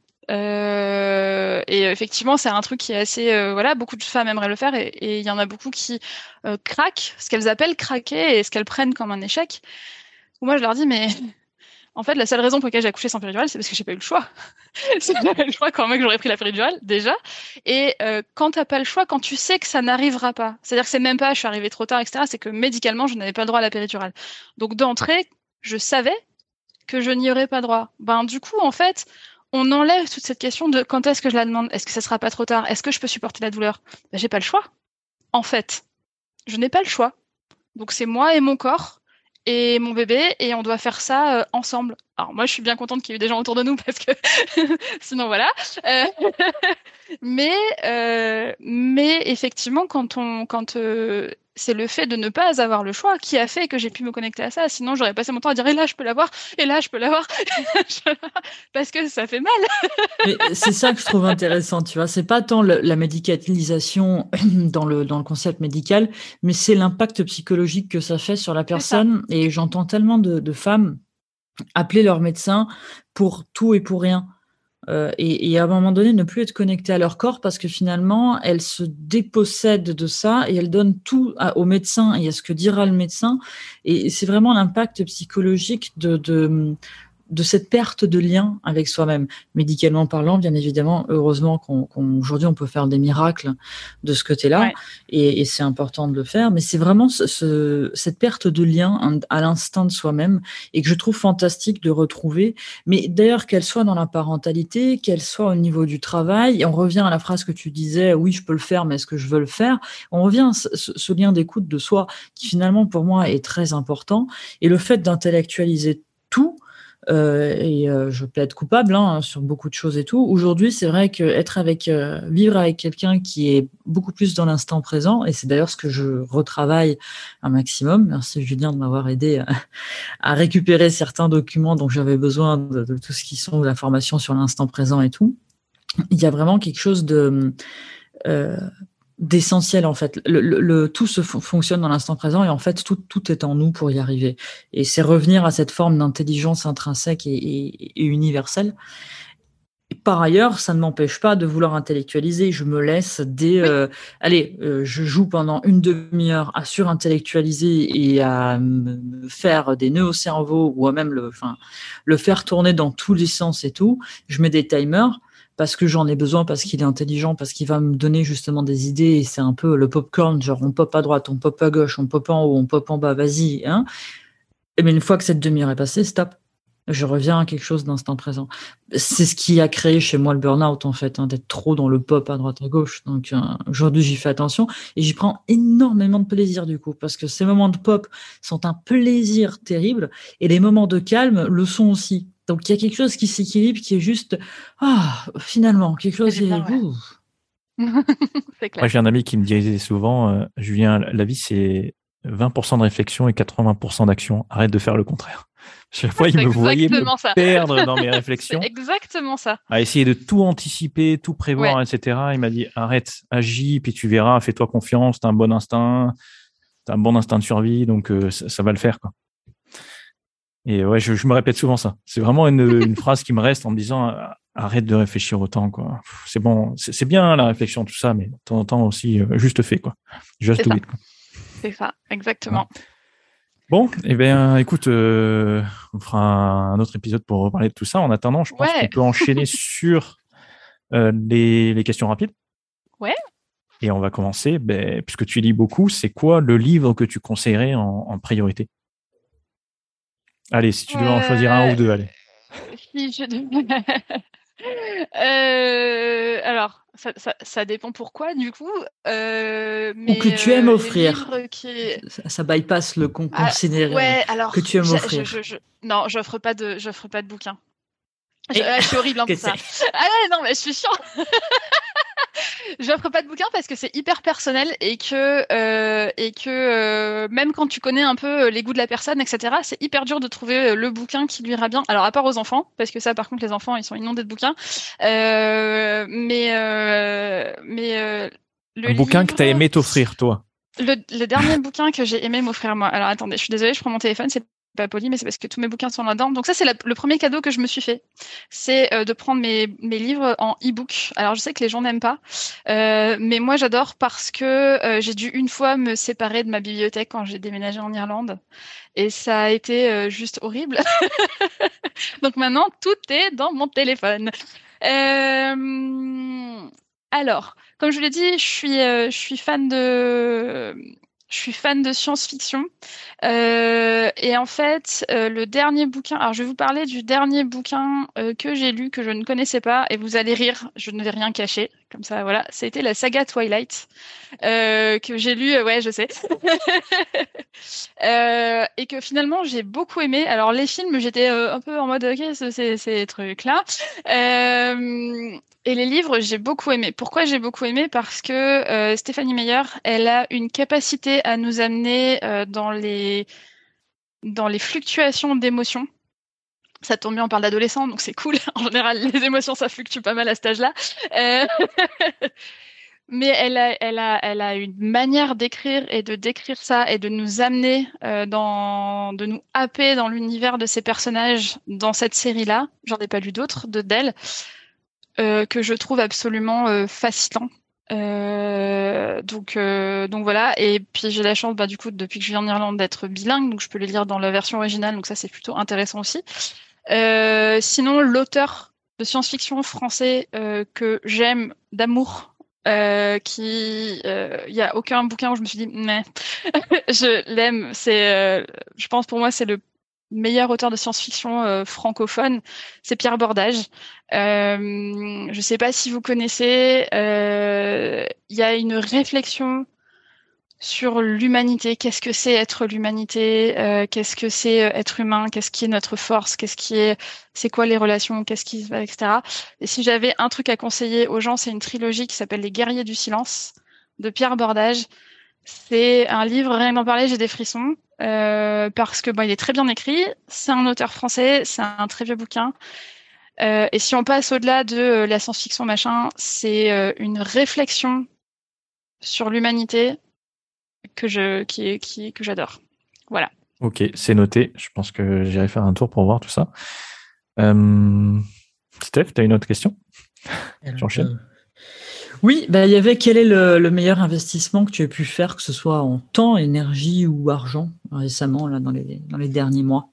Euh, et effectivement, c'est un truc qui est assez. Euh, voilà, beaucoup de femmes aimeraient le faire et il y en a beaucoup qui euh, craquent, ce qu'elles appellent craquer et ce qu'elles prennent comme un échec. Moi, je leur dis, mais en fait, la seule raison pour laquelle j'ai accouché sans péridurale, c'est parce que j'ai pas eu le choix. Si j'avais le choix, quand même, j'aurais pris la péridurale, déjà. Et euh, quand t'as pas le choix, quand tu sais que ça n'arrivera pas, c'est-à-dire que c'est même pas, je suis arrivée trop tard, et cetera, c'est que médicalement, je n'avais pas le droit à la péridurale. Donc, d'entrée, je savais que je n'y aurais pas droit. Ben, du coup, en fait, on enlève toute cette question de quand est-ce que je la demande, est-ce que ça sera pas trop tard, est-ce que je peux supporter la douleur? Ben, j'ai pas le choix. En fait, je n'ai pas le choix. Donc, c'est moi et mon corps et mon bébé, et on doit faire ça euh, ensemble. Alors moi, je suis bien contente qu'il y ait eu des gens autour de nous parce que sinon voilà. Euh... mais euh, mais effectivement, quand on quand euh, c'est le fait de ne pas avoir le choix qui a fait que j'ai pu me connecter à ça. Sinon, j'aurais passé mon temps à dire et là je peux l'avoir, et là je peux l'avoir, parce que ça fait mal. Mais c'est ça que je trouve intéressant, tu vois. C'est pas tant le, la médicalisation dans le dans le concept médical, mais c'est l'impact psychologique que ça fait sur la personne. Et j'entends tellement de, de femmes appeler leur médecin pour tout et pour rien. Euh, et, et à un moment donné, ne plus être connectées à leur corps parce que finalement, elles se dépossèdent de ça et elles donnent tout à, au médecin et à ce que dira le médecin. Et c'est vraiment l'impact psychologique de, de, de cette perte de lien avec soi-même. Médicalement parlant, bien évidemment, heureusement qu'on, qu'on, aujourd'hui on peut faire des miracles de ce côté-là, ouais. et, et c'est important de le faire, mais c'est vraiment ce, ce, cette perte de lien à l'instinct de soi-même et que je trouve fantastique de retrouver, mais d'ailleurs qu'elle soit dans la parentalité, qu'elle soit au niveau du travail, et on revient à la phrase que tu disais, oui je peux le faire, mais est-ce que je veux le faire? On revient à ce, ce lien d'écoute de soi qui finalement pour moi est très important, et le fait d'intellectualiser tout, Euh, et euh, je plaide coupable hein, sur beaucoup de choses et tout. Aujourd'hui, c'est vrai que être avec, euh, vivre avec quelqu'un qui est beaucoup plus dans l'instant présent, et c'est d'ailleurs ce que je retravaille un maximum. Merci Julien de m'avoir aidé à, à récupérer certains documents dont j'avais besoin de, de tout ce qui sont de la formation sur l'instant présent et tout. Il y a vraiment quelque chose de euh, d'essentiel en fait. Le, le, le tout se f- fonctionne dans l'instant présent et en fait tout, tout est en nous pour y arriver. Et c'est revenir à cette forme d'intelligence intrinsèque et, et, et universelle. Et par ailleurs, ça ne m'empêche pas de vouloir intellectualiser. Je me laisse des... Oui. Euh, allez, euh, je joue pendant une demi-heure à surintellectualiser et à me faire des nœuds au cerveau ou à même le, enfin, le faire tourner dans tous les sens et tout. Je mets des timers parce que j'en ai besoin, parce qu'il est intelligent, parce qu'il va me donner justement des idées, et c'est un peu le popcorn, genre on pop à droite, on pop à gauche, on pop en haut, on pop en bas, vas-y. Hein. Et mais une fois que cette demi-heure est passée, stop. Je reviens à quelque chose d'instant présent. C'est ce qui a créé chez moi le burn-out, en fait, hein, d'être trop dans le pop à droite à gauche. Donc euh, aujourd'hui, j'y fais attention et j'y prends énormément de plaisir du coup, parce que ces moments de pop sont un plaisir terrible et les moments de calme le sont aussi. Donc il y a quelque chose qui s'équilibre, qui est juste, ah, finalement, quelque chose qui est... Bien, ouais. C'est clair. Moi, j'ai un ami qui me disait souvent, euh, Julien, la vie, c'est vingt pour cent de réflexion et quatre-vingts pour cent d'action. Arrête de faire le contraire. Chaque fois, il me voyait me ça. perdre dans mes réflexions. C'est exactement ça. À essayer de tout anticiper, tout prévoir, ouais. et cetera. Il m'a dit, arrête, agis, puis tu verras, fais-toi confiance, t'as un bon instinct, t'as un bon instinct de survie, donc euh, ça, ça va le faire, quoi. Et ouais, je, je me répète souvent ça. C'est vraiment une, une phrase qui me reste en me disant, arrête de réfléchir autant, quoi. C'est bon, c'est, c'est bien la réflexion, tout ça, mais de temps en temps aussi, euh, juste fait, quoi. Just do it, quoi. C'est ça, exactement. Ouais. Bon, eh bien, écoute, euh, on fera un autre épisode pour reparler de tout ça. En attendant, je pense ouais. qu'on peut enchaîner sur euh, les, les questions rapides. Ouais. Et on va commencer, ben, puisque tu lis beaucoup, c'est quoi le livre que tu conseillerais en, en priorité? Allez, si tu devais en choisir un Euh, ou deux, allez. si je devais- Euh, alors, ça, ça, ça dépend pourquoi, du coup. Euh, Ou que mais tu aimes euh, les offrir. livres qui... Ça, ça bypass le con Ah, considéré ouais, que alors, tu aimes je, je, offrir. je, je- non, j'offre pas de, j'offre pas de bouquins. Je, Et ah, je suis horrible hein, pour qu'est-ce que ça. c'est? Ah ouais, non, mais je suis chiant. J'offre pas de bouquins parce que c'est hyper personnel et que euh, et que euh, même quand tu connais un peu les goûts de la personne, et cetera, c'est hyper dur de trouver le bouquin qui lui ira bien. Alors à part aux enfants, parce que ça, par contre, les enfants, ils sont inondés de bouquins. Euh, mais euh, mais euh, le Un bouquin que tu as livre, aimé t'offrir, toi. le, le dernier bouquin que j'ai aimé m'offrir moi. Alors attendez, je suis désolée, je prends mon téléphone, c'est pas poli, mais c'est parce que tous mes bouquins sont là-dedans. Donc ça, c'est la- le premier cadeau que je me suis fait. C'est euh, de prendre mes, mes livres en e-book. Alors je sais que les gens n'aiment pas, euh, mais moi j'adore parce que euh, j'ai dû une fois me séparer de ma bibliothèque quand j'ai déménagé en Irlande. Et ça a été euh, juste horrible. Donc maintenant, tout est dans mon téléphone. Euh, Alors, comme je vous l'ai dit, je suis, euh, je suis fan de, je suis fan de science-fiction. Euh, et en fait, euh, le dernier bouquin, alors je vais vous parler du dernier bouquin euh, que j'ai lu, que je ne connaissais pas, et vous allez rire, je ne vais rien cacher, comme ça, voilà. C'était la saga Twilight, euh, que j'ai lu, euh, ouais, je sais. Euh, et que finalement j'ai beaucoup aimé. Alors les films, j'étais euh, un peu en mode ok, c'est c'est- ces trucs-là. Euh, et les livres, j'ai beaucoup aimé. Pourquoi j'ai beaucoup aimé? Parce que euh, Stéphanie Meyer, elle a une capacité à nous amener euh, dans les dans les fluctuations d'émotions. Ça tombe bien, on parle d'adolescents, donc c'est cool. En général, les émotions, ça fluctue pas mal à cet âge-là. Euh, Mais elle a, elle a, elle a une manière d'écrire et de décrire ça et de nous amener euh, dans, de nous happer dans l'univers de ces personnages dans cette série-là. J'en ai pas lu d'autres de d'elle euh, que je trouve absolument euh, fascinant. Euh, donc, euh, donc voilà. Et puis j'ai la chance, bah, du coup, depuis que je vis en Irlande, d'être bilingue, donc je peux les lire dans la version originale. Donc ça, c'est plutôt intéressant aussi. Euh, sinon, l'auteur de science-fiction français euh, que j'aime d'amour, euh, qui, il euh, y a aucun bouquin où je me suis dit, mais je l'aime. C'est, euh, je pense pour moi, c'est le meilleur auteur de science-fiction euh, francophone. C'est Pierre Bordage. Euh, je sais pas si vous connaissez. euh, Il y a une réflexion sur l'humanité, qu'est-ce que c'est être l'humanité, euh, qu'est-ce que c'est euh, être humain, qu'est-ce qui est notre force, qu'est-ce qui est, c'est quoi les relations, qu'est-ce qui se va, et cetera. Et si j'avais un truc à conseiller aux gens, c'est une trilogie qui s'appelle Les Guerriers du Silence de Pierre Bordage. C'est un livre, rien que d'en parler, j'ai des frissons, euh, parce que bon, il est très bien écrit, c'est un auteur français, c'est un très vieux bouquin. Euh, et si on passe au-delà de euh, la science-fiction machin, c'est euh, une réflexion sur l'humanité que je qui qui que j'adore. Voilà. Ok, c'est noté. Je pense que j'irai faire un tour pour voir tout ça. Euh... Steph, tu as une autre question? J'enchaîne. Euh, Oui, bah, il y avait quel est le, le meilleur investissement que tu as pu faire, que ce soit en temps, énergie ou argent, récemment, là, dans les, dans les derniers mois?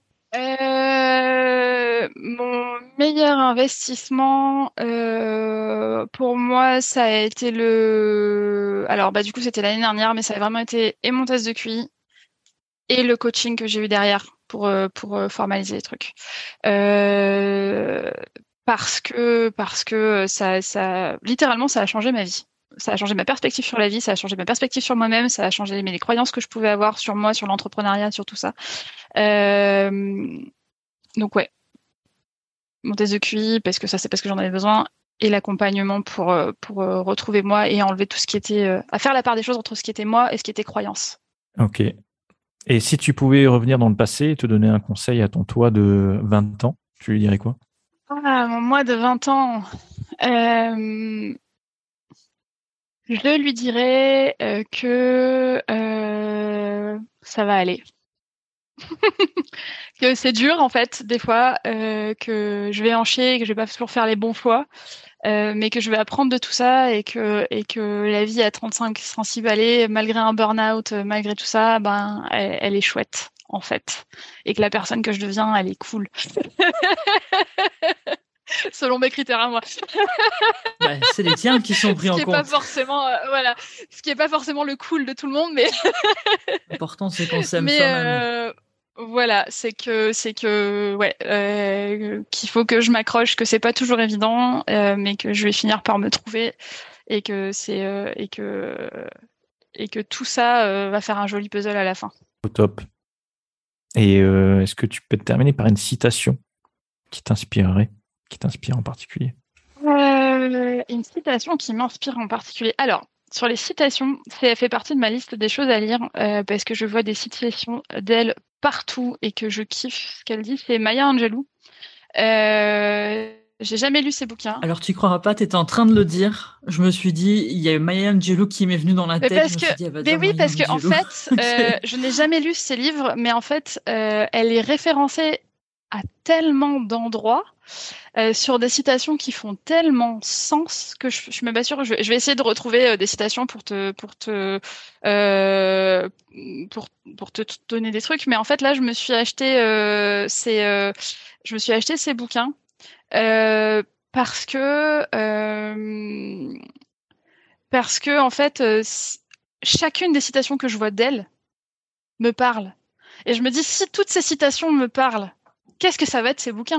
Euh, mon meilleur investissement euh, pour moi, ça a été le. Alors bah du coup c'était l'année dernière, mais ça a vraiment été et mon test de Q I et le coaching que j'ai eu derrière pour euh, pour euh, formaliser les trucs. Euh, parce que parce que ça ça littéralement ça a changé ma vie. Ça a changé ma perspective sur la vie, ça a changé ma perspective sur moi-même, ça a changé mes les croyances que je pouvais avoir sur moi, sur l'entrepreneuriat, sur tout ça. Euh, donc ouais, mon test de Q I parce que ça c'est parce que j'en avais besoin et l'accompagnement pour euh, pour euh, retrouver moi et enlever tout ce qui était euh, à faire la part des choses entre ce qui était moi et ce qui était croyance. Ok. Et si tu pouvais revenir dans le passé et te donner un conseil à ton toi de vingt ans, tu lui dirais quoi? Ah, mon moi de vingt ans, euh, je lui dirais euh, que euh, ça va aller. Que c'est dur en fait des fois, euh, que je vais en chier, que je vais pas toujours faire les bons choix, euh, mais que je vais apprendre de tout ça et que et que la vie à trente-cinq, trente-six balais, malgré un burn-out, euh, malgré tout ça, ben elle, elle est chouette en fait, et que la personne que je deviens, elle est cool. selon mes critères à moi. Bah, c'est les tiens qui sont pris en compte. Ce qui n'est pas forcément, euh, voilà, ce qui est pas forcément le cool de tout le monde, mais l'important c'est qu'on s'aime mais soi-même. Euh... Voilà, c'est que c'est que ouais, euh, qu'il faut que je m'accroche, que c'est pas toujours évident, euh, mais que je vais finir par me trouver et que c'est euh, et que et que tout ça euh, va faire un joli puzzle à la fin. Au top. Et euh, est-ce que tu peux terminer par une citation qui t'inspirerait, qui t'inspire en particulier? euh, Une citation qui m'inspire en particulier. Alors. Sur les citations, ça fait partie de ma liste des choses à lire euh, parce que je vois des citations d'elle partout et que je kiffe ce qu'elle dit. C'est Maya Angelou. Euh, j'ai jamais lu ses bouquins. Alors tu croiras pas, t'étais en train de le dire. Je me suis dit, il y a Maya Angelou qui m'est venue dans la mais tête. Parce je me que, suis dit, mais oui, Maya parce qu'en Angelou. fait, euh, je n'ai jamais lu ses livres, mais en fait, euh, elle est référencée à tellement d'endroits. Euh, sur des citations qui font tellement sens que je, je suis même pas sûre. Je vais, je vais essayer de retrouver euh, des citations pour te pour te euh, pour pour te, te donner des trucs. Mais en fait là, je me suis acheté euh, ces euh, je me suis acheté ces bouquins euh, parce que euh, parce que en fait euh, chacune des citations que je vois d'elle me parle. Et je me dis si toutes ces citations me parlent, qu'est-ce que ça va être ces bouquins?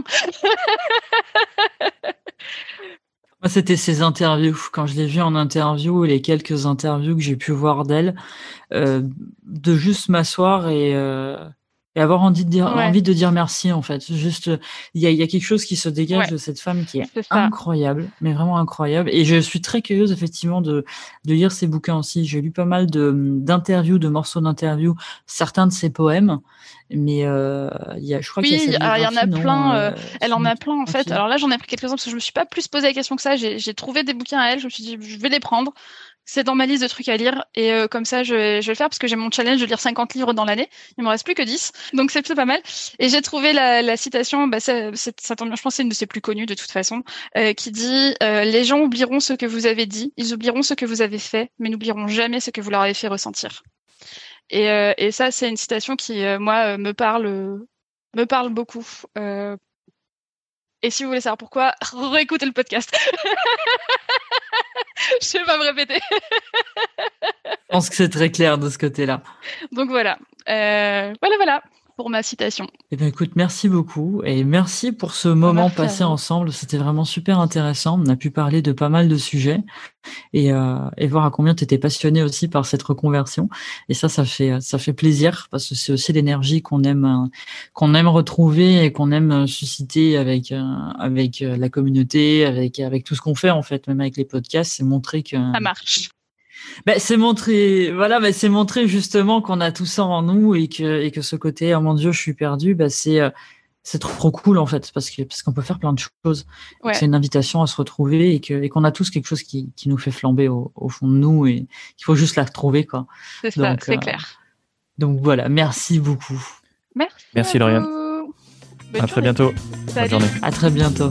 Moi, c'était ses interviews. Quand je l'ai vue en interview, les quelques interviews que j'ai pu voir d'elle, euh, de juste m'asseoir et, euh, et avoir envie de dire, Ouais. envie de dire merci, en fait. Juste, il y a, y a quelque chose qui se dégage Ouais. de cette femme qui est, C'est ça. incroyable, mais vraiment incroyable. Et je suis très curieuse, effectivement, de, de lire ses bouquins aussi. J'ai lu pas mal de, d'interviews, de morceaux d'interviews, certains de ses poèmes. Mais euh, y a, je crois oui, qu'il y a sa il y en a non, plein. Euh, euh, elle en a son- plein en fait. son- Alors là, j'en ai pris quelques-uns parce que je me suis pas plus posé la question que ça. J'ai, j'ai trouvé des bouquins à elle. Je me suis dit, je vais les prendre. C'est dans ma liste de trucs à lire et euh, comme ça, je vais, je vais le faire parce que j'ai mon challenge de lire cinquante livres dans l'année. Il me reste plus que dix, donc c'est plutôt pas mal. Et j'ai trouvé la, la citation, bah ça, c'est, ça tombe bien, je pense que c'est une de ses plus connues de toute façon, euh, qui dit euh, les gens oublieront ce que vous avez dit, ils oublieront ce que vous avez fait, mais n'oublieront jamais ce que vous leur avez fait ressentir. Et, euh, et ça, c'est une citation qui, euh, moi, euh, me parle, euh, me parle beaucoup. Euh, et si vous voulez savoir pourquoi, réécoutez le podcast. Je vais pas me répéter. Je pense que c'est très clair de ce côté-là. Donc voilà, euh, voilà, voilà pour ma citation. Eh bien, écoute, merci beaucoup et merci pour ce moment Merci à passé vous. ensemble. C'était vraiment super intéressant. On a pu parler de pas mal de sujets et, euh, et voir à combien tu étais passionné aussi par cette reconversion. Et ça, ça fait, ça fait plaisir parce que c'est aussi l'énergie qu'on aime, euh, qu'on aime retrouver et qu'on aime susciter avec, euh, avec la communauté, avec, avec tout ce qu'on fait en fait, même avec les podcasts. C'est montrer que Ça marche. Ben, c'est montrer, voilà, ben, c'est montrer justement qu'on a tout ça en nous et que, et que ce côté, oh mon Dieu, je suis perdu, ben, c'est, euh, c'est trop, trop cool, en fait, parce que, parce qu'on peut faire plein de choses. Ouais. C'est une invitation à se retrouver et que, et qu'on a tous quelque chose qui, qui nous fait flamber au, au fond de nous et qu'il faut juste la retrouver, quoi. C'est ça, Donc, c'est euh, clair. Donc voilà, merci beaucoup. Merci. Merci, à Lauriane. vous. Bonne À très journée. bientôt. Salut. Bonne journée. À très bientôt.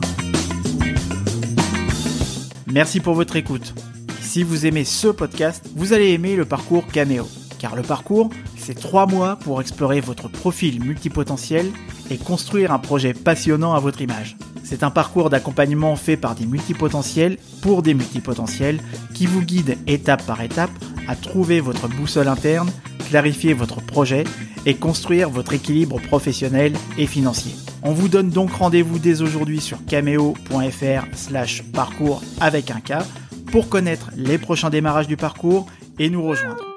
Merci pour votre écoute. Si vous aimez ce podcast, vous allez aimer le parcours Cameo. Car le parcours, c'est trois mois pour explorer votre profil multipotentiel et construire un projet passionnant à votre image. C'est un parcours d'accompagnement fait par des multipotentiels pour des multipotentiels qui vous guide étape par étape à trouver votre boussole interne, clarifier votre projet et construire votre équilibre professionnel et financier. On vous donne donc rendez-vous dès aujourd'hui sur cameo.fr slash parcours avec un K pour connaître les prochains démarrages du parcours et nous rejoindre.